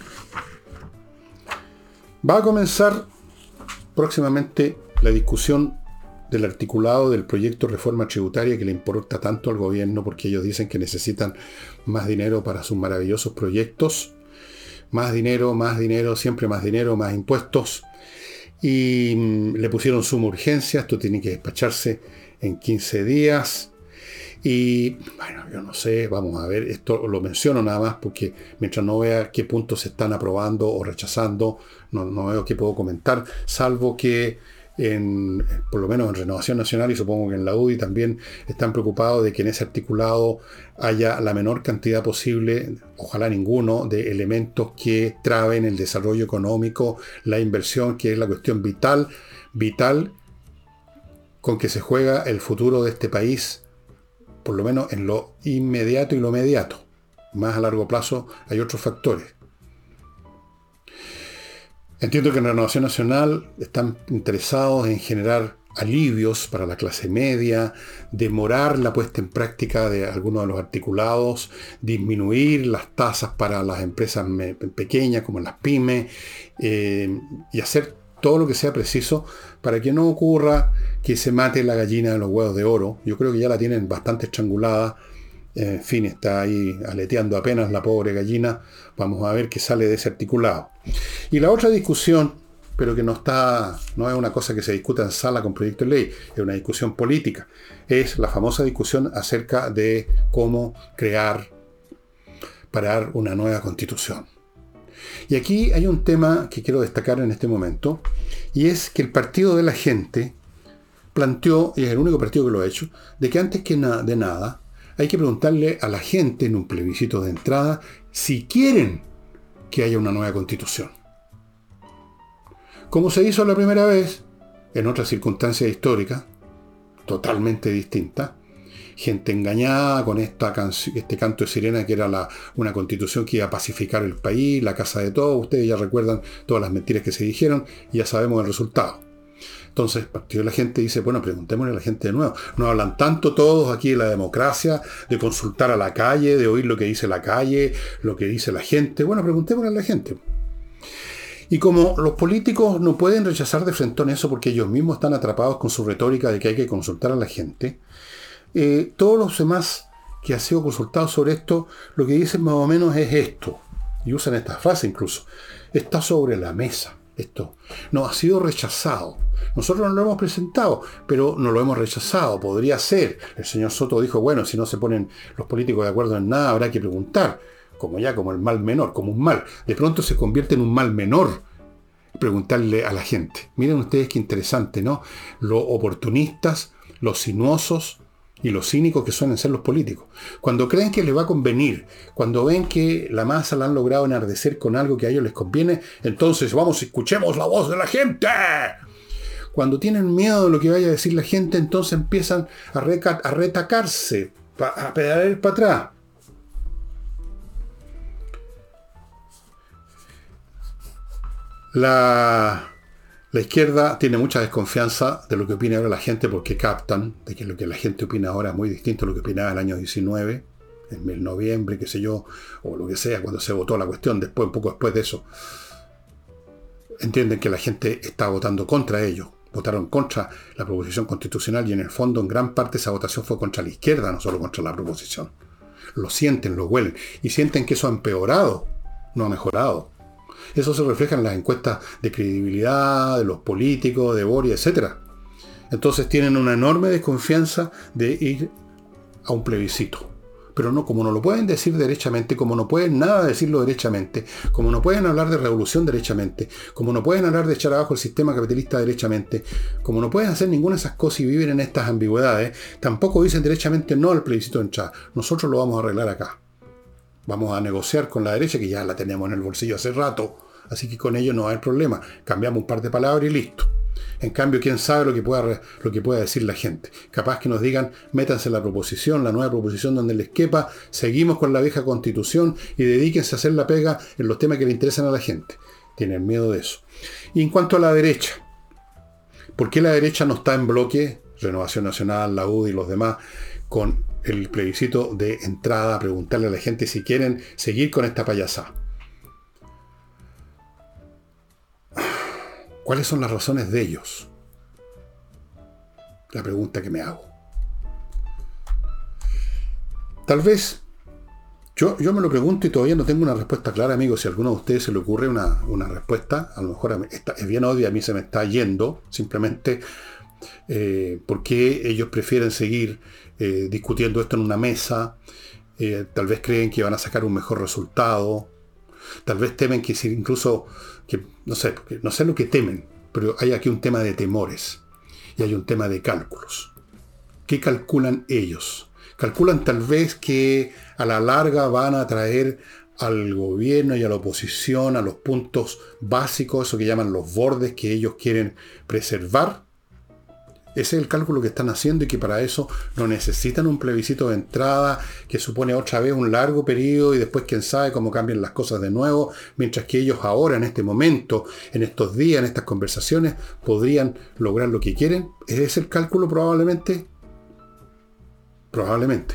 va a comenzar próximamente la discusión del articulado del proyecto de reforma tributaria que le importa tanto al gobierno porque ellos dicen que necesitan más dinero para sus maravillosos proyectos. Más dinero, siempre más dinero, más impuestos. Y le pusieron suma urgencia, esto tiene que despacharse en 15 días. Y bueno, yo no sé, vamos a ver, esto lo menciono nada más porque mientras no vea qué puntos se están aprobando o rechazando, no veo qué puedo comentar, salvo que por lo menos en Renovación Nacional y supongo que en la UDI también están preocupados de que en ese articulado haya la menor cantidad posible, ojalá ninguno, de elementos que traben el desarrollo económico, la inversión, que es la cuestión vital con que se juega el futuro de este país, por lo menos en lo inmediato y lo mediato. Más a largo plazo hay otros factores. Entiendo que en Renovación Nacional están interesados en generar alivios para la clase media, demorar la puesta en práctica de algunos de los articulados, disminuir las tasas para las empresas pequeñas como las pymes, y hacer todo lo que sea preciso para que no ocurra que se mate la gallina de los huevos de oro. Yo creo que ya la tienen bastante estrangulada. En fin, está ahí aleteando apenas la pobre gallina. Vamos a ver qué sale de ese articulado. Y la otra discusión, pero que no es una cosa que se discuta en sala con proyecto de ley, es una discusión política. Es la famosa discusión acerca de cómo crear para una nueva constitución. Y aquí hay un tema que quiero destacar en este momento, y es que el Partido de la Gente planteó, y es el único partido que lo ha hecho, de que antes de nada hay que preguntarle a la gente en un plebiscito de entrada si quieren que haya una nueva constitución. Como se hizo la primera vez, en otras circunstancias históricas, totalmente distintas, gente engañada con este canto de sirena que era una constitución que iba a pacificar el país, la casa de todos. Ustedes ya recuerdan todas las mentiras que se dijeron y ya sabemos el resultado. Entonces, el Partido de la Gente dice, bueno, preguntémosle a la gente de nuevo. No hablan tanto todos aquí de la democracia, de consultar a la calle, de oír lo que dice la calle, lo que dice la gente. Bueno, preguntémosle a la gente. Y como los políticos no pueden rechazar de frentón eso porque ellos mismos están atrapados con su retórica de que hay que consultar a la gente, todos los demás que han sido consultados sobre esto, lo que dicen más o menos es esto. Y usan esta frase incluso. Está sobre la mesa. Esto no ha sido rechazado. Nosotros no lo hemos presentado, pero no lo hemos rechazado. Podría ser. El señor Soto dijo, bueno, si no se ponen los políticos de acuerdo en nada, habrá que preguntar. Como el mal menor, como un mal. De pronto se convierte en un mal menor preguntarle a la gente. Miren ustedes qué interesante, ¿no? Los oportunistas, los sinuosos y los cínicos que suelen ser los políticos. Cuando creen que les va a convenir, cuando ven que la masa la han logrado enardecer con algo que a ellos les conviene, entonces vamos, escuchemos la voz de la gente. Cuando tienen miedo de lo que vaya a decir la gente, entonces empiezan a retacarse, a pedalear para atrás. La izquierda tiene mucha desconfianza de lo que opina ahora la gente porque captan de que lo que la gente opina ahora es muy distinto a lo que opinaba el año 19, en noviembre, qué sé yo, o lo que sea, cuando se votó la cuestión, un poco después de eso. Entienden que la gente está votando contra ellos. Votaron contra la proposición constitucional y en el fondo en gran parte esa votación fue contra la izquierda, no solo contra la proposición. Lo sienten, lo huelen y sienten que eso ha empeorado, no ha mejorado. Eso se refleja en las encuestas de credibilidad de los políticos, de Boris, etc. Entonces tienen una enorme desconfianza de ir a un plebiscito. Pero no, como no lo pueden decir derechamente, como no pueden nada decirlo derechamente, como no pueden hablar de revolución derechamente, como no pueden hablar de echar abajo el sistema capitalista derechamente, como no pueden hacer ninguna de esas cosas y viven en estas ambigüedades, tampoco dicen derechamente no al plebiscito de entrada. Nosotros lo vamos a arreglar acá. Vamos a negociar con la derecha, que ya la tenemos en el bolsillo hace rato, así que con ello no hay problema. Cambiamos un par de palabras y listo. En cambio, quién sabe lo que pueda decir la gente. Capaz que nos digan, métanse la proposición, la nueva proposición donde les quepa, seguimos con la vieja constitución y dedíquense a hacer la pega en los temas que le interesan a la gente. Tienen miedo de eso. Y en cuanto a la derecha, ¿por qué la derecha no está en bloque? Renovación Nacional, la UDI y los demás, con el plebiscito de entrada, a preguntarle a la gente si quieren seguir con esta payasada. ¿Cuáles son las razones de ellos? La pregunta que me hago. Tal vez, yo me lo pregunto y todavía no tengo una respuesta clara, amigos. Si a alguno de ustedes se le ocurre una respuesta, a lo mejor es bien obvia, a mí se me está yendo, simplemente por qué ellos prefieren seguir discutiendo esto en una mesa. Tal vez creen que van a sacar un mejor resultado. Tal vez temen que si incluso, no sé lo que temen, pero hay aquí un tema de temores y hay un tema de cálculos. ¿Qué calculan ellos? Calculan tal vez que a la larga van a traer al gobierno y a la oposición a los puntos básicos, eso que llaman los bordes que ellos quieren preservar. Ese es el cálculo que están haciendo y que para eso no necesitan un plebiscito de entrada que supone otra vez un largo periodo y después quién sabe cómo cambian las cosas de nuevo, mientras que ellos ahora, en este momento, en estos días, en estas conversaciones, podrían lograr lo que quieren. ¿Es ese el cálculo probablemente? Probablemente.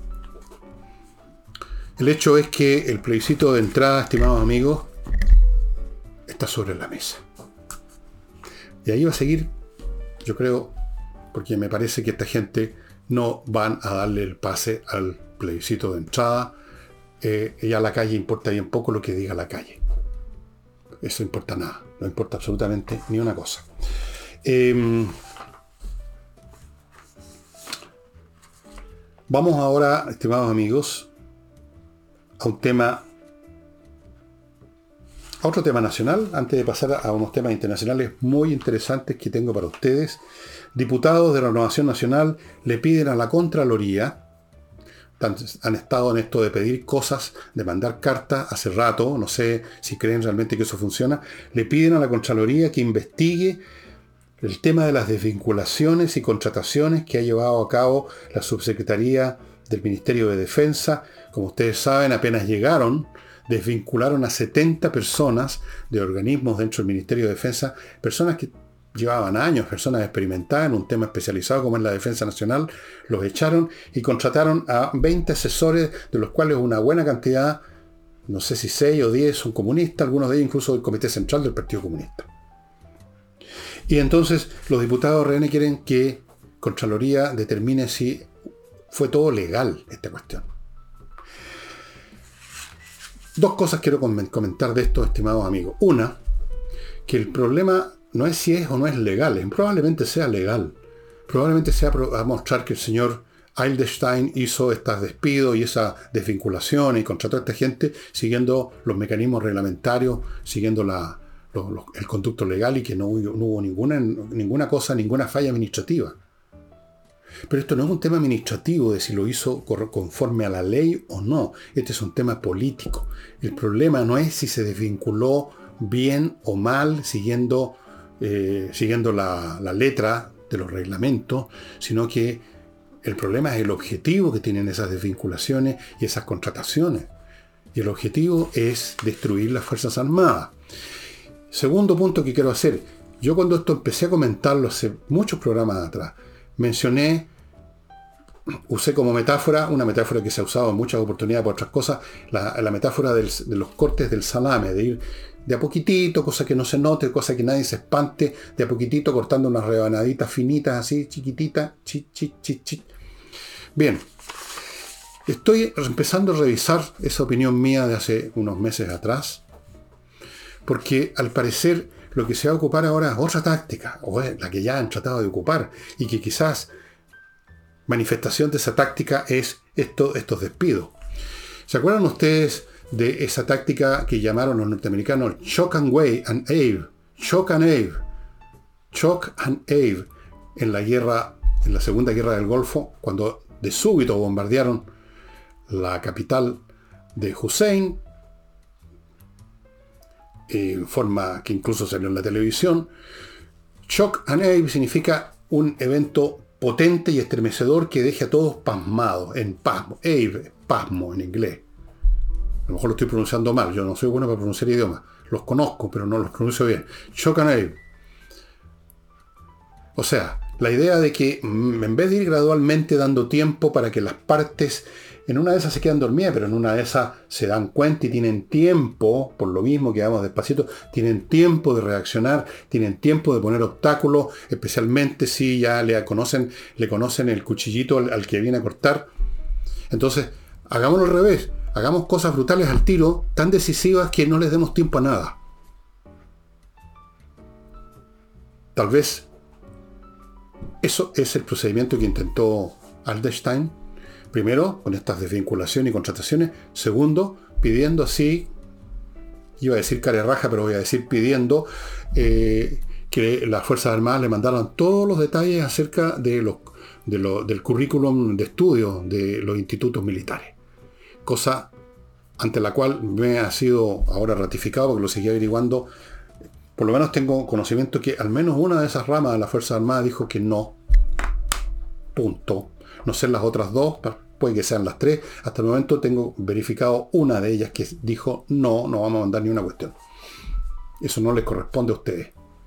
El hecho es que el plebiscito de entrada, estimados amigos, está sobre la mesa. Y ahí va a seguir, yo creo, porque me parece que esta gente no van a darle el pase al plebiscito de entrada. Y a la calle importa bien poco lo que diga la calle. Eso importa nada, no importa absolutamente ni una cosa. Vamos ahora, estimados amigos, a otro tema nacional, antes de pasar a unos temas internacionales muy interesantes que tengo para ustedes. Diputados de Renovación Nacional le piden a la Contraloría, han estado en esto de pedir cosas, de mandar cartas hace rato, no sé si creen realmente que eso funciona, le piden a la Contraloría que investigue el tema de las desvinculaciones y contrataciones que ha llevado a cabo la Subsecretaría del Ministerio de Defensa. Como ustedes saben, apenas llegaron, desvincularon a 70 personas de organismos dentro del Ministerio de Defensa, personas que llevaban años, personas experimentadas en un tema especializado como es la defensa nacional, los echaron y contrataron a 20 asesores, de los cuales una buena cantidad, no sé si 6 o 10 son comunistas, algunos de ellos incluso del Comité Central del Partido Comunista. Y entonces los diputados RN quieren que Contraloría determine si fue todo legal esta cuestión. Dos cosas quiero comentar de esto, estimados amigos. Una, que el problema no es si es o no es legal, probablemente sea legal. Probablemente sea a mostrar que el señor Eilstein hizo estos despidos y esa desvinculación y contrató a esta gente siguiendo los mecanismos reglamentarios, siguiendo el conducto legal y que no hubo ninguna falla administrativa. Pero esto no es un tema administrativo de si lo hizo conforme a la ley o no. Este es un tema político. El problema no es si se desvinculó bien o mal siguiendo la letra de los reglamentos, sino que el problema es el objetivo que tienen esas desvinculaciones y esas contrataciones. Y el objetivo es destruir las Fuerzas Armadas. Segundo punto que quiero hacer. Yo cuando esto empecé a comentarlo hace muchos programas atrás, usé como metáfora, una metáfora que se ha usado en muchas oportunidades por otras cosas, la metáfora de los cortes del salame, de ir de a poquitito, cosa que no se note, cosa que nadie se espante, de a poquitito cortando unas rebanaditas finitas así, chiquititas, Bien, estoy empezando a revisar esa opinión mía de hace unos meses atrás, porque al parecer lo que se va a ocupar ahora es otra táctica, o es la que ya han tratado de ocupar, y que quizás manifestación de esa táctica es estos despidos. ¿Se acuerdan ustedes de esa táctica que llamaron los norteamericanos Shock and Awe? Shock and Awe en la Segunda Guerra del Golfo, cuando de súbito bombardearon la capital de Hussein, en forma que incluso salió en la televisión. Shock and Awe significa un evento potente y estremecedor que deje a todos pasmados, en pasmo. Awe, pasmo en inglés. A lo mejor lo estoy pronunciando mal, yo no soy bueno para pronunciar idiomas. Los conozco, pero no los pronuncio bien. Shock and Awe. O sea, la idea de que en vez de ir gradualmente dando tiempo para que las partes, en una de esas se quedan dormidas, pero en una de esas se dan cuenta y tienen tiempo, por lo mismo que vamos despacito, tienen tiempo de reaccionar, tienen tiempo de poner obstáculos, especialmente si ya le conocen el cuchillito al que viene a cortar. Entonces, hagámoslo al revés, hagamos cosas brutales al tiro, tan decisivas que no les demos tiempo a nada. Tal vez eso es el procedimiento que intentó Eilstein. Primero, con estas desvinculaciones y contrataciones. Segundo, pidiendo así, iba a decir carerraja, pero voy a decir pidiendo que las Fuerzas Armadas le mandaran todos los detalles acerca del currículum de estudio de los institutos militares. Cosa ante la cual me ha sido ahora ratificado, porque lo seguí averiguando. Por lo menos tengo conocimiento que al menos una de esas ramas de las Fuerzas Armadas dijo que no. Punto. No sé las otras dos, puede que sean las tres. Hasta el momento tengo verificado una de ellas que dijo no vamos a mandar ni una cuestión. Eso no les corresponde a ustedes.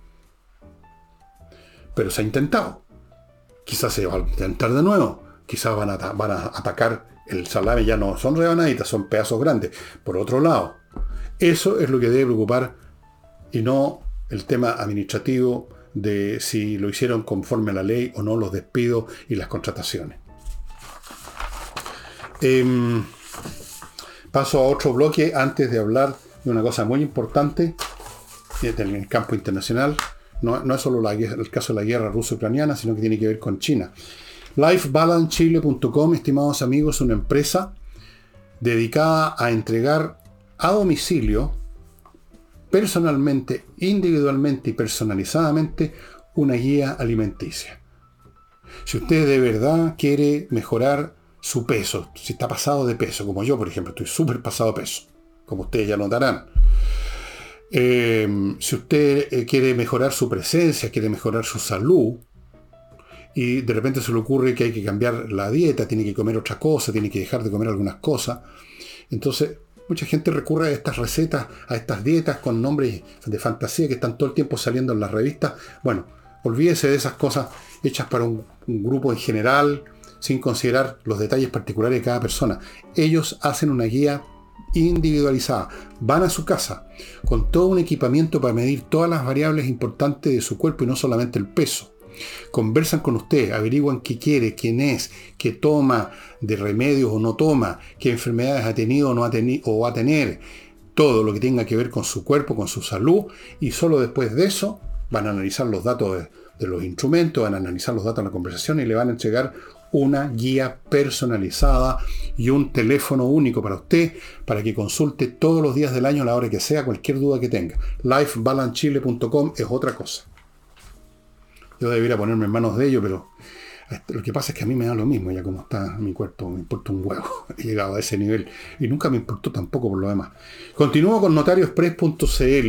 Pero se ha intentado. Quizás se va a intentar de nuevo. Quizás van a atacar el salame, ya no son rebanaditas, son pedazos grandes. Por otro lado, eso es lo que debe preocupar y no el tema administrativo de si lo hicieron conforme a la ley o no, los despidos y las contrataciones. Paso a otro bloque antes de hablar de una cosa muy importante en el campo internacional. No es solo el caso de la guerra ruso-ucraniana, sino que tiene que ver con China. LifeBalanceChile.com, estimados amigos, una empresa dedicada a entregar a domicilio, personalmente, individualmente y personalizadamente, una guía alimenticia. Si usted de verdad quiere mejorar su peso, si está pasado de peso, como yo, por ejemplo, estoy súper pasado de peso, como ustedes ya notarán. Si usted quiere mejorar su presencia, quiere mejorar su salud, y de repente se le ocurre que hay que cambiar la dieta, tiene que comer otra cosa, tiene que dejar de comer algunas cosas, entonces mucha gente recurre a estas recetas, a estas dietas con nombres de fantasía que están todo el tiempo saliendo en las revistas. Bueno, olvídese de esas cosas hechas para un grupo en general, sin considerar los detalles particulares de cada persona. Ellos hacen una guía individualizada. Van a su casa con todo un equipamiento para medir todas las variables importantes de su cuerpo y no solamente el peso. Conversan con usted, averiguan qué quiere, quién es, qué toma de remedios o no toma, qué enfermedades ha tenido o no ha tenido o va a tener, todo lo que tenga que ver con su cuerpo, con su salud, y solo después de eso van a analizar los datos de los instrumentos, van a analizar los datos de la conversación y le van a entregar una guía personalizada y un teléfono único para usted, para que consulte todos los días del año a la hora que sea, cualquier duda que tenga. lifebalancechile.com es otra cosa. Yo debería ponerme en manos de ello, pero lo que pasa es que a mí me da lo mismo, ya como está mi cuerpo, me importa un huevo. He llegado a ese nivel y nunca me importó tampoco por lo demás. Continúo con notariospress.cl,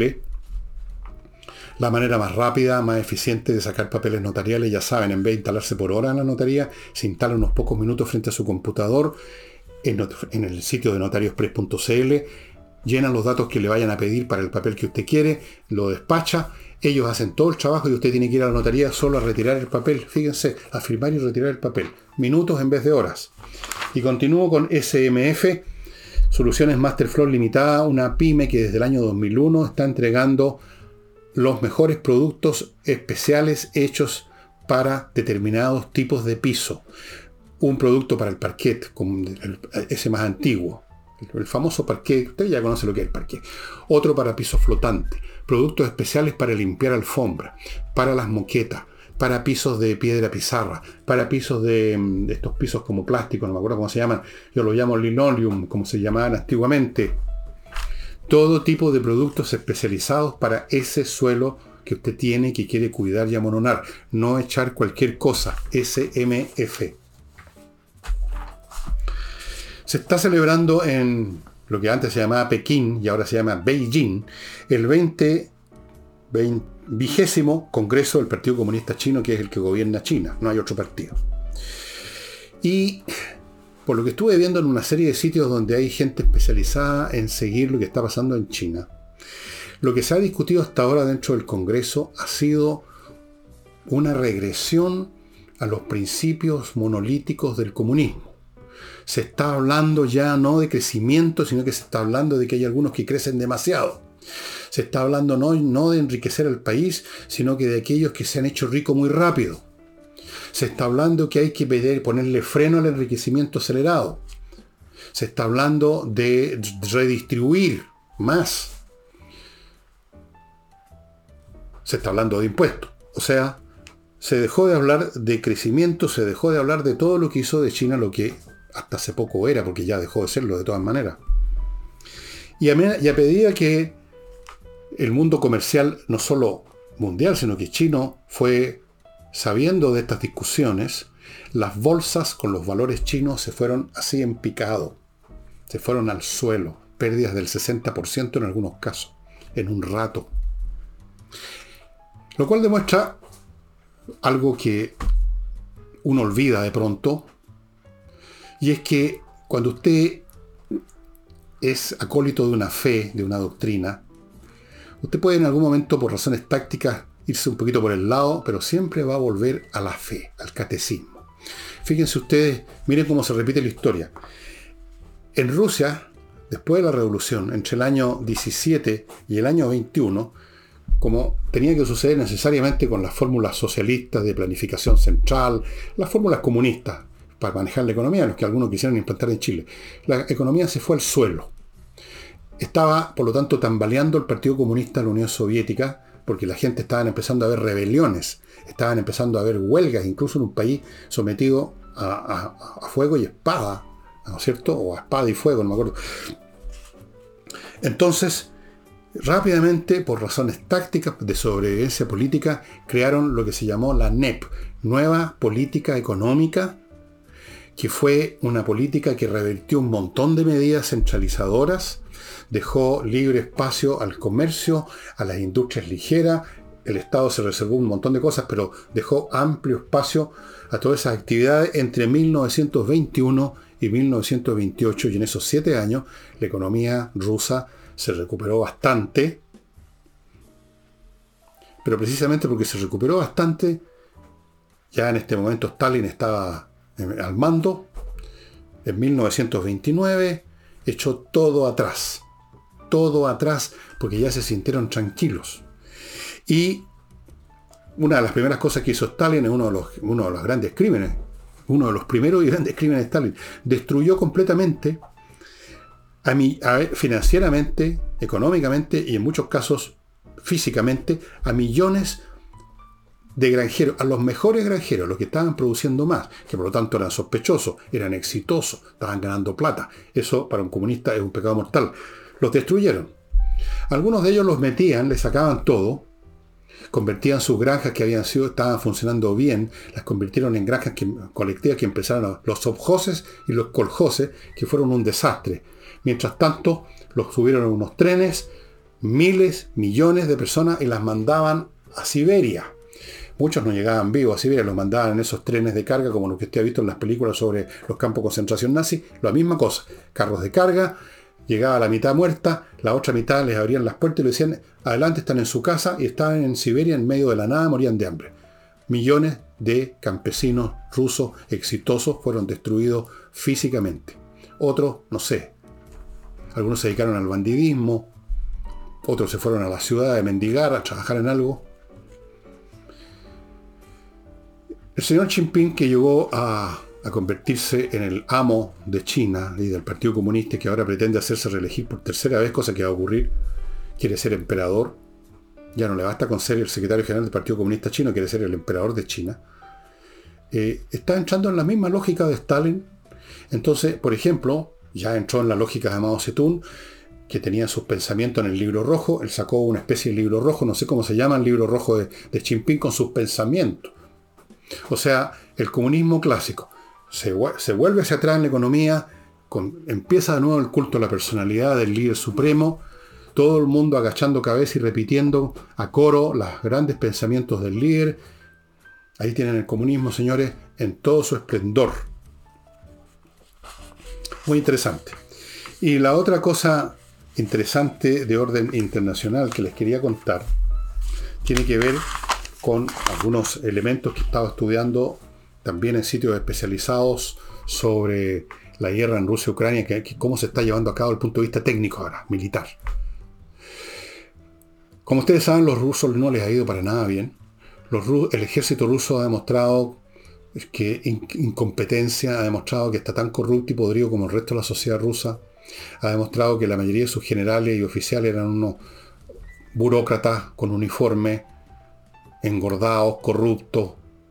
la manera más rápida, más eficiente de sacar papeles notariales. Ya saben, en vez de instalarse por hora en la notaría, se instala unos pocos minutos frente a su computador en el sitio de notariospress.cl, llenan los datos que le vayan a pedir para el papel que usted quiere, lo despacha. Ellos hacen todo el trabajo y usted tiene que ir a la notaría solo a retirar el papel. Fíjense, a firmar y retirar el papel. Minutos en vez de horas. Y continúo con SMF, Soluciones Masterflow Limitada, una pyme que desde el año 2001 está entregando los mejores productos especiales hechos para determinados tipos de piso. Un producto para el parquet, como ese más antiguo. El famoso parquet, usted ya conoce lo que es el parquet. Otro para piso flotante. Productos especiales para limpiar alfombra, para las moquetas, para pisos de piedra pizarra, para pisos de estos pisos como plástico, no me acuerdo cómo se llaman, yo lo llamo linoleum, como se llamaban antiguamente. Todo tipo de productos especializados para ese suelo que usted tiene, que quiere cuidar y amononar. No echar cualquier cosa. SMF. Se está celebrando en lo que antes se llamaba Pekín y ahora se llama Beijing, el 20º Congreso del Partido Comunista Chino, que es el que gobierna China, no hay otro partido. Y por lo que estuve viendo en una serie de sitios donde hay gente especializada en seguir lo que está pasando en China, lo que se ha discutido hasta ahora dentro del Congreso ha sido una regresión a los principios monolíticos del comunismo. Se está hablando ya no de crecimiento, sino que se está hablando de que hay algunos que crecen demasiado. Se está hablando no de enriquecer al país, sino que de aquellos que se han hecho ricos muy rápido. Se está hablando que hay que ponerle freno al enriquecimiento acelerado. Se está hablando de redistribuir más. Se está hablando de impuestos. O sea, se dejó de hablar de crecimiento, se dejó de hablar de todo lo que hizo de China lo que hasta hace poco era, porque ya dejó de serlo de todas maneras. Y a medida que el mundo comercial, no solo mundial, sino que chino, fue sabiendo de estas discusiones, las bolsas con los valores chinos se fueron así en picado. Se fueron al suelo. Pérdidas del 60% en algunos casos, en un rato. Lo cual demuestra algo que uno olvida de pronto, y es que cuando usted es acólito de una fe, de una doctrina, usted puede en algún momento, por razones tácticas, irse un poquito por el lado, pero siempre va a volver a la fe, al catecismo. Fíjense ustedes, miren cómo se repite la historia. En Rusia, después de la revolución, entre el año 17 y el año 21, como tenía que suceder necesariamente con las fórmulas socialistas de planificación central, las fórmulas comunistas para manejar la economía, los que algunos quisieron implantar en Chile, la economía se fue al suelo. Estaba, por lo tanto, tambaleando el Partido Comunista de la Unión Soviética, porque la gente estaba empezando a ver rebeliones, estaban empezando a haber huelgas, incluso en un país sometido a fuego y espada, ¿no es cierto? O a espada y fuego, no me acuerdo. Entonces, rápidamente, por razones tácticas de sobrevivencia política, crearon lo que se llamó la NEP, Nueva Política Económica, que fue una política que revertió un montón de medidas centralizadoras, dejó libre espacio al comercio, a las industrias ligeras. El Estado se reservó un montón de cosas, pero dejó amplio espacio a todas esas actividades entre 1921 y 1928, y en esos 7 años la economía rusa se recuperó bastante, pero precisamente porque se recuperó bastante, ya en este momento Stalin estaba al mando. En 1929 echó todo atrás, porque ya se sintieron tranquilos. Y una de las primeras cosas que hizo Stalin es uno de los grandes crímenes, uno de los primeros y grandes crímenes de Stalin. Destruyó completamente, financieramente, económicamente y en muchos casos físicamente, a millones de granjeros, a los mejores granjeros, los que estaban produciendo más, que por lo tanto eran sospechosos, eran exitosos, estaban ganando plata. Eso para un comunista es un pecado mortal. Los destruyeron. Algunos de ellos los metían, les sacaban todo, convertían sus granjas que estaban funcionando bien, las convirtieron en granjas colectivas que empezaron los sovjoses y los koljoses, que fueron un desastre. Mientras tanto, los subieron a unos trenes, miles, millones de personas, y las mandaban a Siberia. Muchos no llegaban vivos a Siberia, los mandaban en esos trenes de carga, como lo que usted ha visto en las películas sobre los campos de concentración nazi. La misma cosa, carros de carga, llegaba la mitad muerta, la otra mitad les abrían las puertas y le decían, adelante, están en su casa, y estaban en Siberia en medio de la nada, morían de hambre. Millones de campesinos rusos exitosos fueron destruidos físicamente. Otros, no sé, algunos se dedicaron al bandidismo, otros se fueron a la ciudad a mendigar, a trabajar en algo. El señor Xi Jinping, que llegó a convertirse en el amo de China y del Partido Comunista, que ahora pretende hacerse reelegir por tercera vez, cosa que va a ocurrir, quiere ser emperador, ya no le basta con ser el secretario general del Partido Comunista Chino, quiere ser el emperador de China, está entrando en la misma lógica de Stalin. Entonces, por ejemplo, ya entró en la lógica de Mao Zedong, que tenía sus pensamientos en el libro rojo. Él sacó una especie de libro rojo, no sé cómo se llama el libro rojo de Xi Jinping, con sus pensamientos. O sea, el comunismo clásico se vuelve hacia atrás en la economía, empieza de nuevo el culto a la personalidad del líder supremo, todo el mundo agachando cabeza y repitiendo a coro los grandes pensamientos del líder. Ahí tienen el comunismo, señores, en todo su esplendor. Muy interesante. Y la otra cosa interesante de orden internacional que les quería contar tiene que ver con algunos elementos que estaba estudiando también en sitios especializados sobre la guerra en Rusia y Ucrania, cómo se está llevando a cabo desde el punto de vista técnico ahora, militar. Como ustedes saben, los rusos no les ha ido para nada bien. El ejército ruso ha demostrado que incompetencia, ha demostrado que está tan corrupto y podrido como el resto de la sociedad rusa, ha demostrado que la mayoría de sus generales y oficiales eran unos burócratas con uniforme, engordados, corruptos,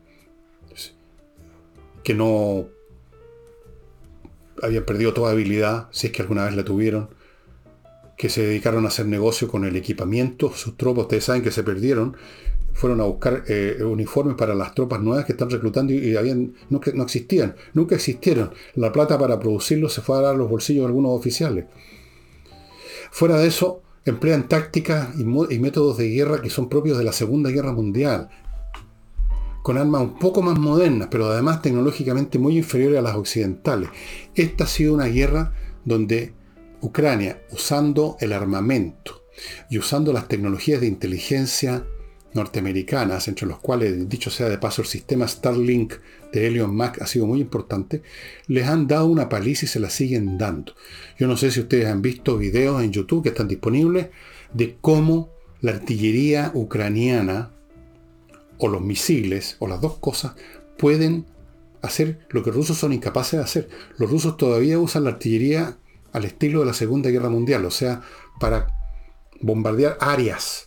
que no habían perdido toda habilidad, si es que alguna vez la tuvieron, que se dedicaron a hacer negocio con el equipamiento. Sus tropas, ustedes saben que se perdieron, fueron a buscar uniformes para las tropas nuevas que están reclutando y no existían, nunca existieron. La plata para producirlos se fue a dar a los bolsillos de algunos oficiales. Fuera de eso, emplean tácticas y métodos de guerra que son propios de la Segunda Guerra Mundial, con armas un poco más modernas, pero además tecnológicamente muy inferiores a las occidentales. Esta ha sido una guerra donde Ucrania, usando el armamento y usando las tecnologías de inteligencia norteamericanas, entre los cuales, dicho sea de paso, el sistema Starlink de Elon Musk ha sido muy importante, les han dado una paliza y se la siguen dando. Yo no sé si ustedes han visto videos en YouTube que están disponibles de cómo la artillería ucraniana o los misiles, o las dos cosas, pueden hacer lo que los rusos son incapaces de hacer. Los rusos todavía usan la artillería al estilo de la Segunda Guerra Mundial, o sea, para bombardear áreas,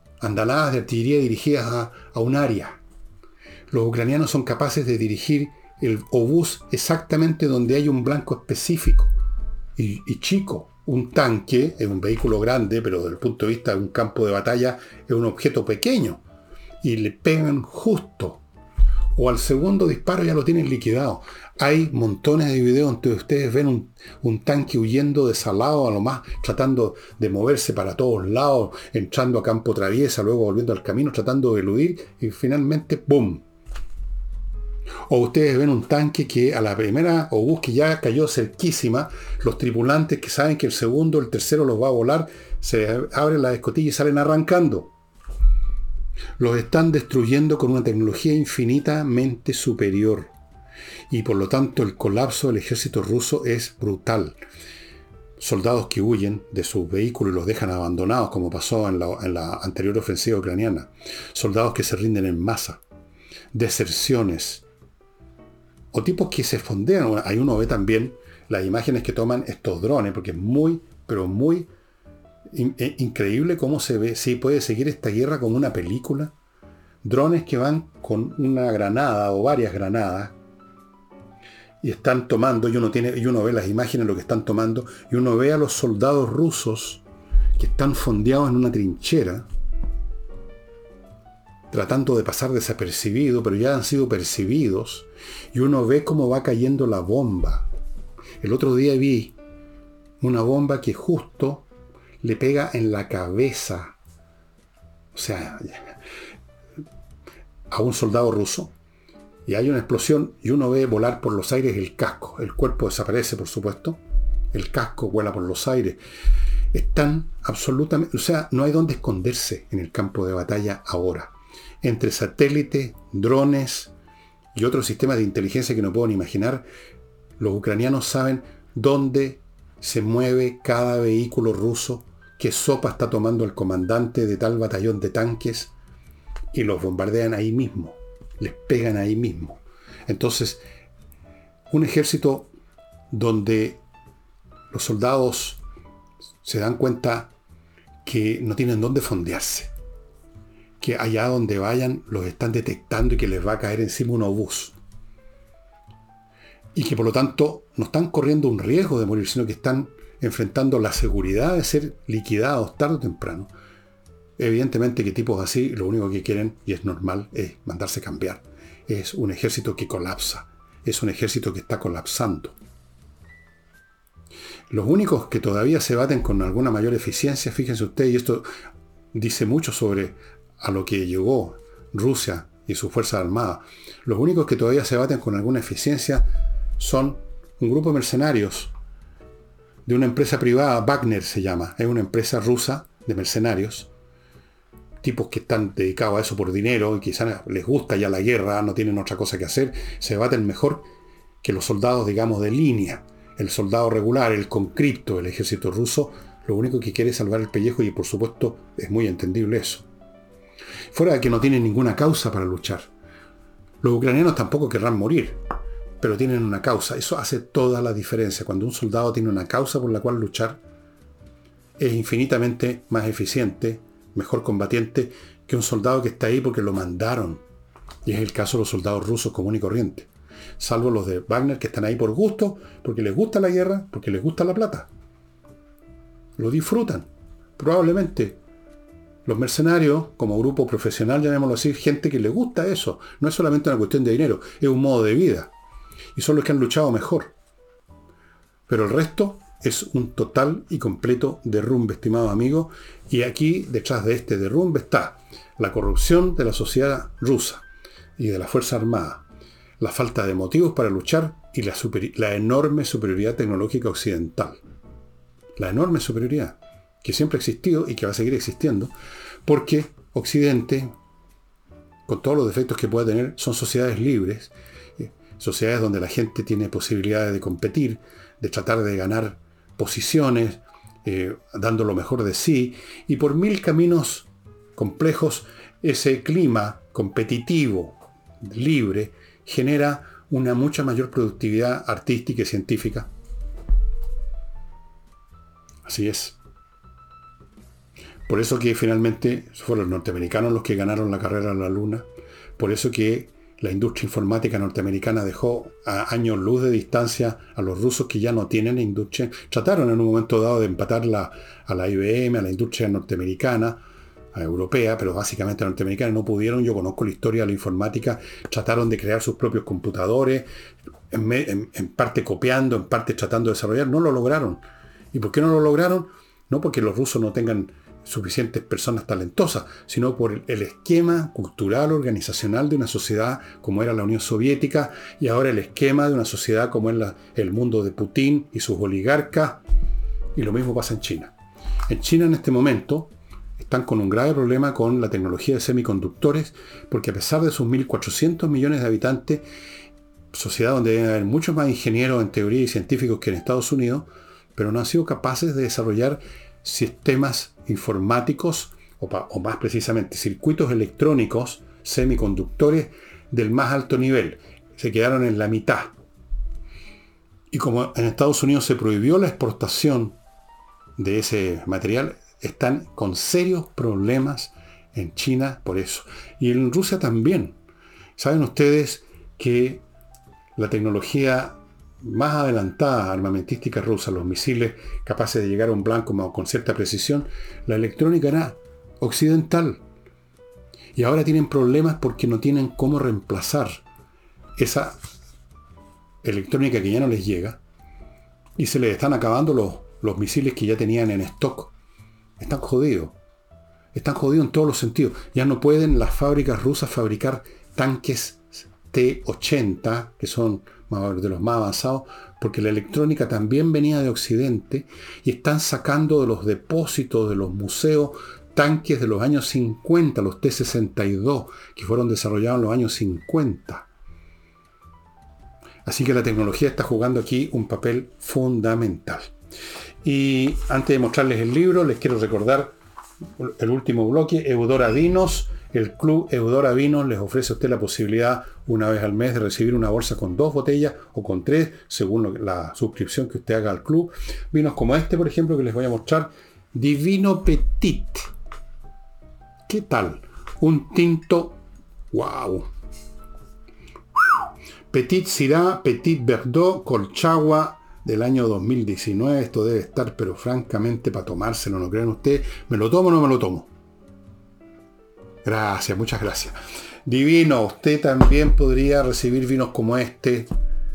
andanadas de artillería dirigidas a un área. Los ucranianos son capaces de dirigir el obús exactamente donde hay un blanco específico y chico. Un tanque es un vehículo grande, pero desde el punto de vista de un campo de batalla es un objeto pequeño. Y le pegan justo. O al segundo disparo ya lo tienen liquidado. Hay montones de videos donde ustedes ven un tanque huyendo desalado a lo más, tratando de moverse para todos lados, entrando a campo traviesa, luego volviendo al camino, tratando de eludir, y finalmente ¡pum! O ustedes ven un tanque que a la primera obús que ya cayó cerquísima, los tripulantes que saben que el segundo, el tercero los va a volar, se abren las escotillas y salen arrancando. Los están destruyendo con una tecnología infinitamente superior. Y por lo tanto el colapso del ejército ruso es brutal. Soldados que huyen de sus vehículos y los dejan abandonados, como pasó en la anterior ofensiva ucraniana. Soldados que se rinden en masa. Deserciones. O tipos que se fondean. Ahí uno ve también las imágenes que toman estos drones, porque es muy, pero muy increíble cómo se ve. Sí, puede seguir esta guerra como una película. Drones que van con una granada o varias granadas y están tomando, y uno ve las imágenes de lo que están tomando, y uno ve a los soldados rusos que están fondeados en una trinchera, tratando de pasar desapercibido, pero ya han sido percibidos, y uno ve cómo va cayendo la bomba. El otro día vi una bomba que justo le pega en la cabeza, o sea, a un soldado ruso, y hay una explosión y uno ve volar por los aires el casco. El cuerpo desaparece, por supuesto. El casco vuela por los aires. Están absolutamente... O sea, no hay dónde esconderse en el campo de batalla ahora. Entre satélites, drones y otros sistemas de inteligencia que no puedo ni imaginar, los ucranianos saben dónde se mueve cada vehículo ruso, qué sopa está tomando el comandante de tal batallón de tanques, y los bombardean ahí mismo. Les pegan ahí mismo. Entonces, un ejército donde los soldados se dan cuenta que no tienen dónde fondearse, que allá donde vayan los están detectando y que les va a caer encima un obús, y que por lo tanto no están corriendo un riesgo de morir, sino que están enfrentando la seguridad de ser liquidados tarde o temprano. Evidentemente que tipos así lo único que quieren, y es normal, es mandarse cambiar. Es un ejército que colapsa. Es un ejército que está colapsando. Los únicos que todavía se baten con alguna mayor eficiencia, fíjense ustedes, y esto dice mucho sobre a lo que llegó Rusia y sus fuerzas armadas, los únicos que todavía se baten con alguna eficiencia son un grupo de mercenarios de una empresa privada, Wagner se llama, es una empresa rusa de mercenarios, tipos que están dedicados a eso por dinero y quizás les gusta ya la guerra, no tienen otra cosa que hacer, se baten mejor que los soldados, digamos, de línea. El soldado regular, el conscripto del ejército ruso, lo único que quiere es salvar el pellejo, y por supuesto es muy entendible eso. Fuera de que no tienen ninguna causa para luchar. Los ucranianos tampoco querrán morir, pero tienen una causa. Eso hace toda la diferencia. Cuando un soldado tiene una causa por la cual luchar, es infinitamente más eficiente, mejor combatiente, que un soldado que está ahí porque lo mandaron. Y es el caso de los soldados rusos común y corriente. Salvo los de Wagner, que están ahí por gusto, porque les gusta la guerra, porque les gusta la plata. Lo disfrutan. Probablemente los mercenarios, como grupo profesional, llamémoslo así, gente que les gusta eso. No es solamente una cuestión de dinero, es un modo de vida. Y son los que han luchado mejor. Pero el resto es un total y completo derrumbe, estimado amigo. Y aquí, detrás de este derrumbe, está la corrupción de la sociedad rusa y de la Fuerza Armada, la falta de motivos para luchar y la enorme superioridad tecnológica occidental. La enorme superioridad que siempre ha existido y que va a seguir existiendo, porque Occidente, con todos los defectos que pueda tener, son sociedades libres, sociedades donde la gente tiene posibilidades de competir, de tratar de ganar posiciones, dando lo mejor de sí, y por mil caminos complejos, ese clima competitivo, libre, genera una mucha mayor productividad artística y científica. Así es. Por eso que finalmente fueron los norteamericanos los que ganaron la carrera a la Luna. Por eso que La industria informática norteamericana dejó a años luz de distancia a los rusos que ya no tienen industria. Trataron en un momento dado de empatar a la IBM, a la industria norteamericana, a europea, pero básicamente norteamericana, no pudieron. Yo conozco la historia de la informática. Trataron de crear sus propios computadores, en parte copiando, en parte tratando de desarrollar. No lo lograron. ¿Y por qué no lo lograron? No porque los rusos no tengan suficientes personas talentosas, sino por el esquema cultural, organizacional de una sociedad como era la Unión Soviética, y ahora el esquema de una sociedad como es el mundo de Putin y sus oligarcas, y lo mismo pasa en China. En China en este momento están con un grave problema con la tecnología de semiconductores, porque a pesar de sus 1.400 millones de habitantes, sociedad donde deben haber muchos más ingenieros en teoría y científicos que en Estados Unidos, pero no han sido capaces de desarrollar sistemas informáticos, o más precisamente circuitos electrónicos, semiconductores del más alto nivel. Se quedaron en la mitad. Y como en Estados Unidos se prohibió la exportación de ese material, están con serios problemas en China por eso. Y en Rusia también. ¿Saben ustedes que la tecnología más adelantada armamentística rusa, los misiles capaces de llegar a un blanco con cierta precisión, la electrónica era occidental? Y ahora tienen problemas porque no tienen cómo reemplazar esa electrónica que ya no les llega, y se les están acabando los misiles que ya tenían en stock. Están jodidos. Están jodidos en todos los sentidos. Ya no pueden las fábricas rusas fabricar tanques T-80, que son de los más avanzados, porque la electrónica también venía de Occidente, y están sacando de los depósitos de los museos tanques de los años 50, los T-62, que fueron desarrollados en los años 50. Así que la tecnología está jugando aquí un papel fundamental. Y antes de mostrarles el libro, les quiero recordar el último bloque, Eudora Vinos. El Club Eudora Vinos les ofrece a usted la posibilidad una vez al mes de recibir una bolsa con 2 botellas o con 3, según la suscripción que usted haga al club. Vinos como este, por ejemplo, que les voy a mostrar. Divino Petit. ¿Qué tal? Un tinto. ¡Wow! Petit Syrah, Petit Verdot, Colchagua, del año 2019. Esto debe estar, pero francamente, para tomárselo, ¿no creen ustedes? ¿Me lo tomo o no me lo tomo? Gracias, muchas gracias. Divino, usted también podría recibir vinos como este.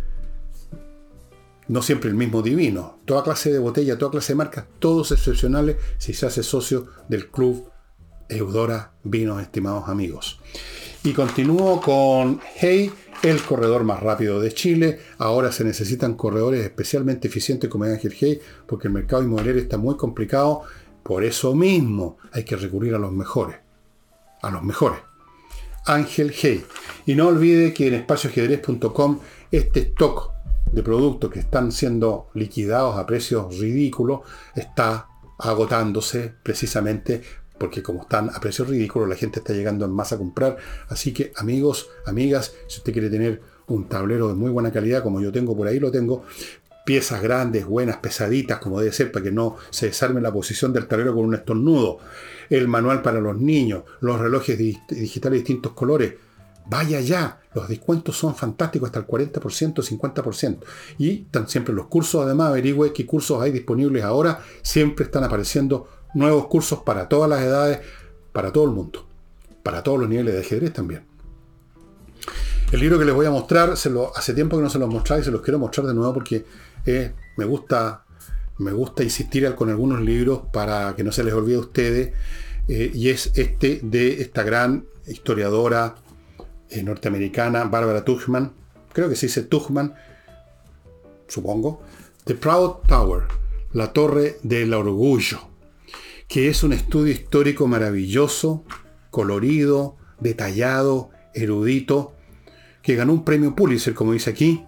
No siempre el mismo Divino. Toda clase de botella, toda clase de marcas, todos excepcionales si se hace socio del Club Eudora Vinos, estimados amigos. Y continúo con Hey, el corredor más rápido de Chile. Ahora se necesitan corredores especialmente eficientes como Ángel Hey, porque el mercado inmobiliario está muy complicado. Por eso mismo hay que recurrir a los mejores. A los mejores. Ángel Hey. Y no olvide que en espacioajedrez.com este stock de productos que están siendo liquidados a precios ridículos está agotándose precisamente porque como están a precios ridículos, la gente está llegando en masa a comprar. Así que amigos, amigas, si usted quiere tener un tablero de muy buena calidad, como yo tengo por ahí, lo tengo, piezas grandes, buenas, pesaditas, como debe ser, para que no se desarme la posición del tablero con un estornudo, el manual para los niños, los relojes digitales de distintos colores, vaya ya, los descuentos son fantásticos, hasta el 40%, 50%. Y están siempre los cursos, además, averigüe qué cursos hay disponibles ahora, siempre están apareciendo nuevos cursos para todas las edades, para todo el mundo, para todos los niveles de ajedrez también. El libro que les voy a mostrar, hace tiempo que no se los mostraba y se los quiero mostrar de nuevo porque me gusta insistir con algunos libros para que no se les olvide a ustedes, y es este de esta gran historiadora norteamericana, Barbara Tuchman, creo que se dice Tuchman, supongo, The Proud Tower, la Torre del Orgullo, que es un estudio histórico maravilloso, colorido, detallado, erudito, que ganó un premio Pulitzer, como dice aquí,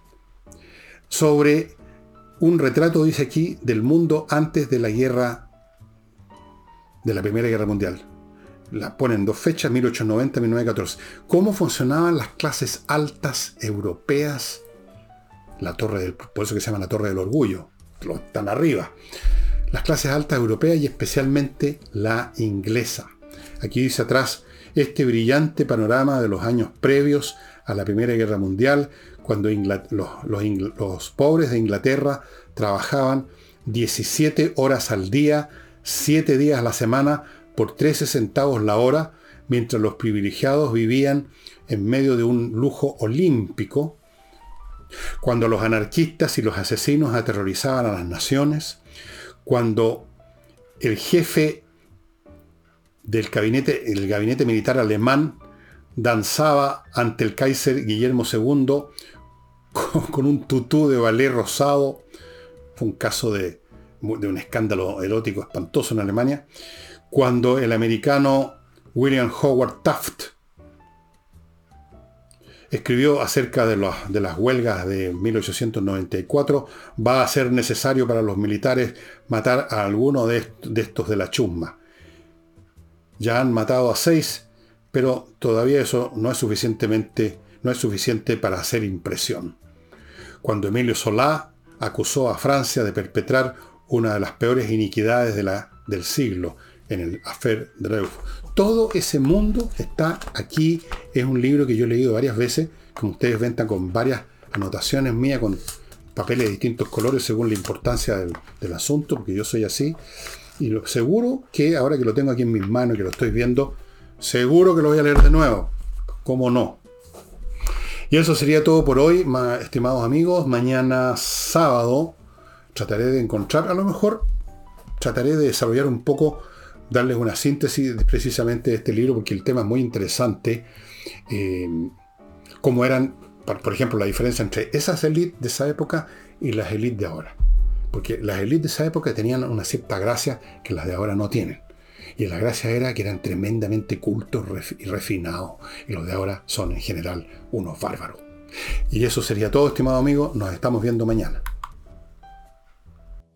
sobre un retrato, dice aquí, del mundo antes de la Primera Guerra Mundial. La ponen 2 fechas, 1890, 1914. ¿Cómo funcionaban las clases altas europeas? Por eso que se llama la Torre del Orgullo, están arriba. Las clases altas europeas y especialmente la inglesa. Aquí dice atrás, este brillante panorama de los años previos a la Primera Guerra Mundial, cuando los pobres de Inglaterra trabajaban 17 horas al día, 7 días a la semana, por 13 centavos la hora, mientras los privilegiados vivían en medio de un lujo olímpico, cuando los anarquistas y los asesinos aterrorizaban a las naciones, cuando el jefe del el gabinete militar alemán danzaba ante el Kaiser Guillermo II con un tutú de ballet rosado. Fue un caso de un escándalo erótico espantoso en Alemania. Cuando el americano William Howard Taft escribió acerca de las huelgas de 1894, va a ser necesario para los militares matar a alguno de estos de la chusma. Ya han matado a 6, pero todavía eso no es suficiente para hacer impresión. Cuando Emilio Solá acusó a Francia de perpetrar una de las peores iniquidades del siglo en el Affaire Dreyfus. Todo ese mundo está aquí. Es un libro que yo he leído varias veces, como ustedes ven, con varias anotaciones mías, con papeles de distintos colores según la importancia del asunto, porque yo soy así. Y seguro que ahora que lo tengo aquí en mis manos y que lo estoy viendo, seguro que lo voy a leer de nuevo. ¿Cómo no? Y eso sería todo por hoy, estimados amigos. Mañana sábado trataré de encontrar, a lo mejor trataré de desarrollar un poco, darles una síntesis precisamente de este libro, porque el tema es muy interesante. Cómo eran, por ejemplo, la diferencia entre esas élites de esa época y las élites de ahora. Porque las élites de esa época tenían una cierta gracia que las de ahora no tienen. Y la gracia era que eran tremendamente cultos y refinados. Y los de ahora son en general unos bárbaros. Y eso sería todo, estimado amigo. Nos estamos viendo mañana.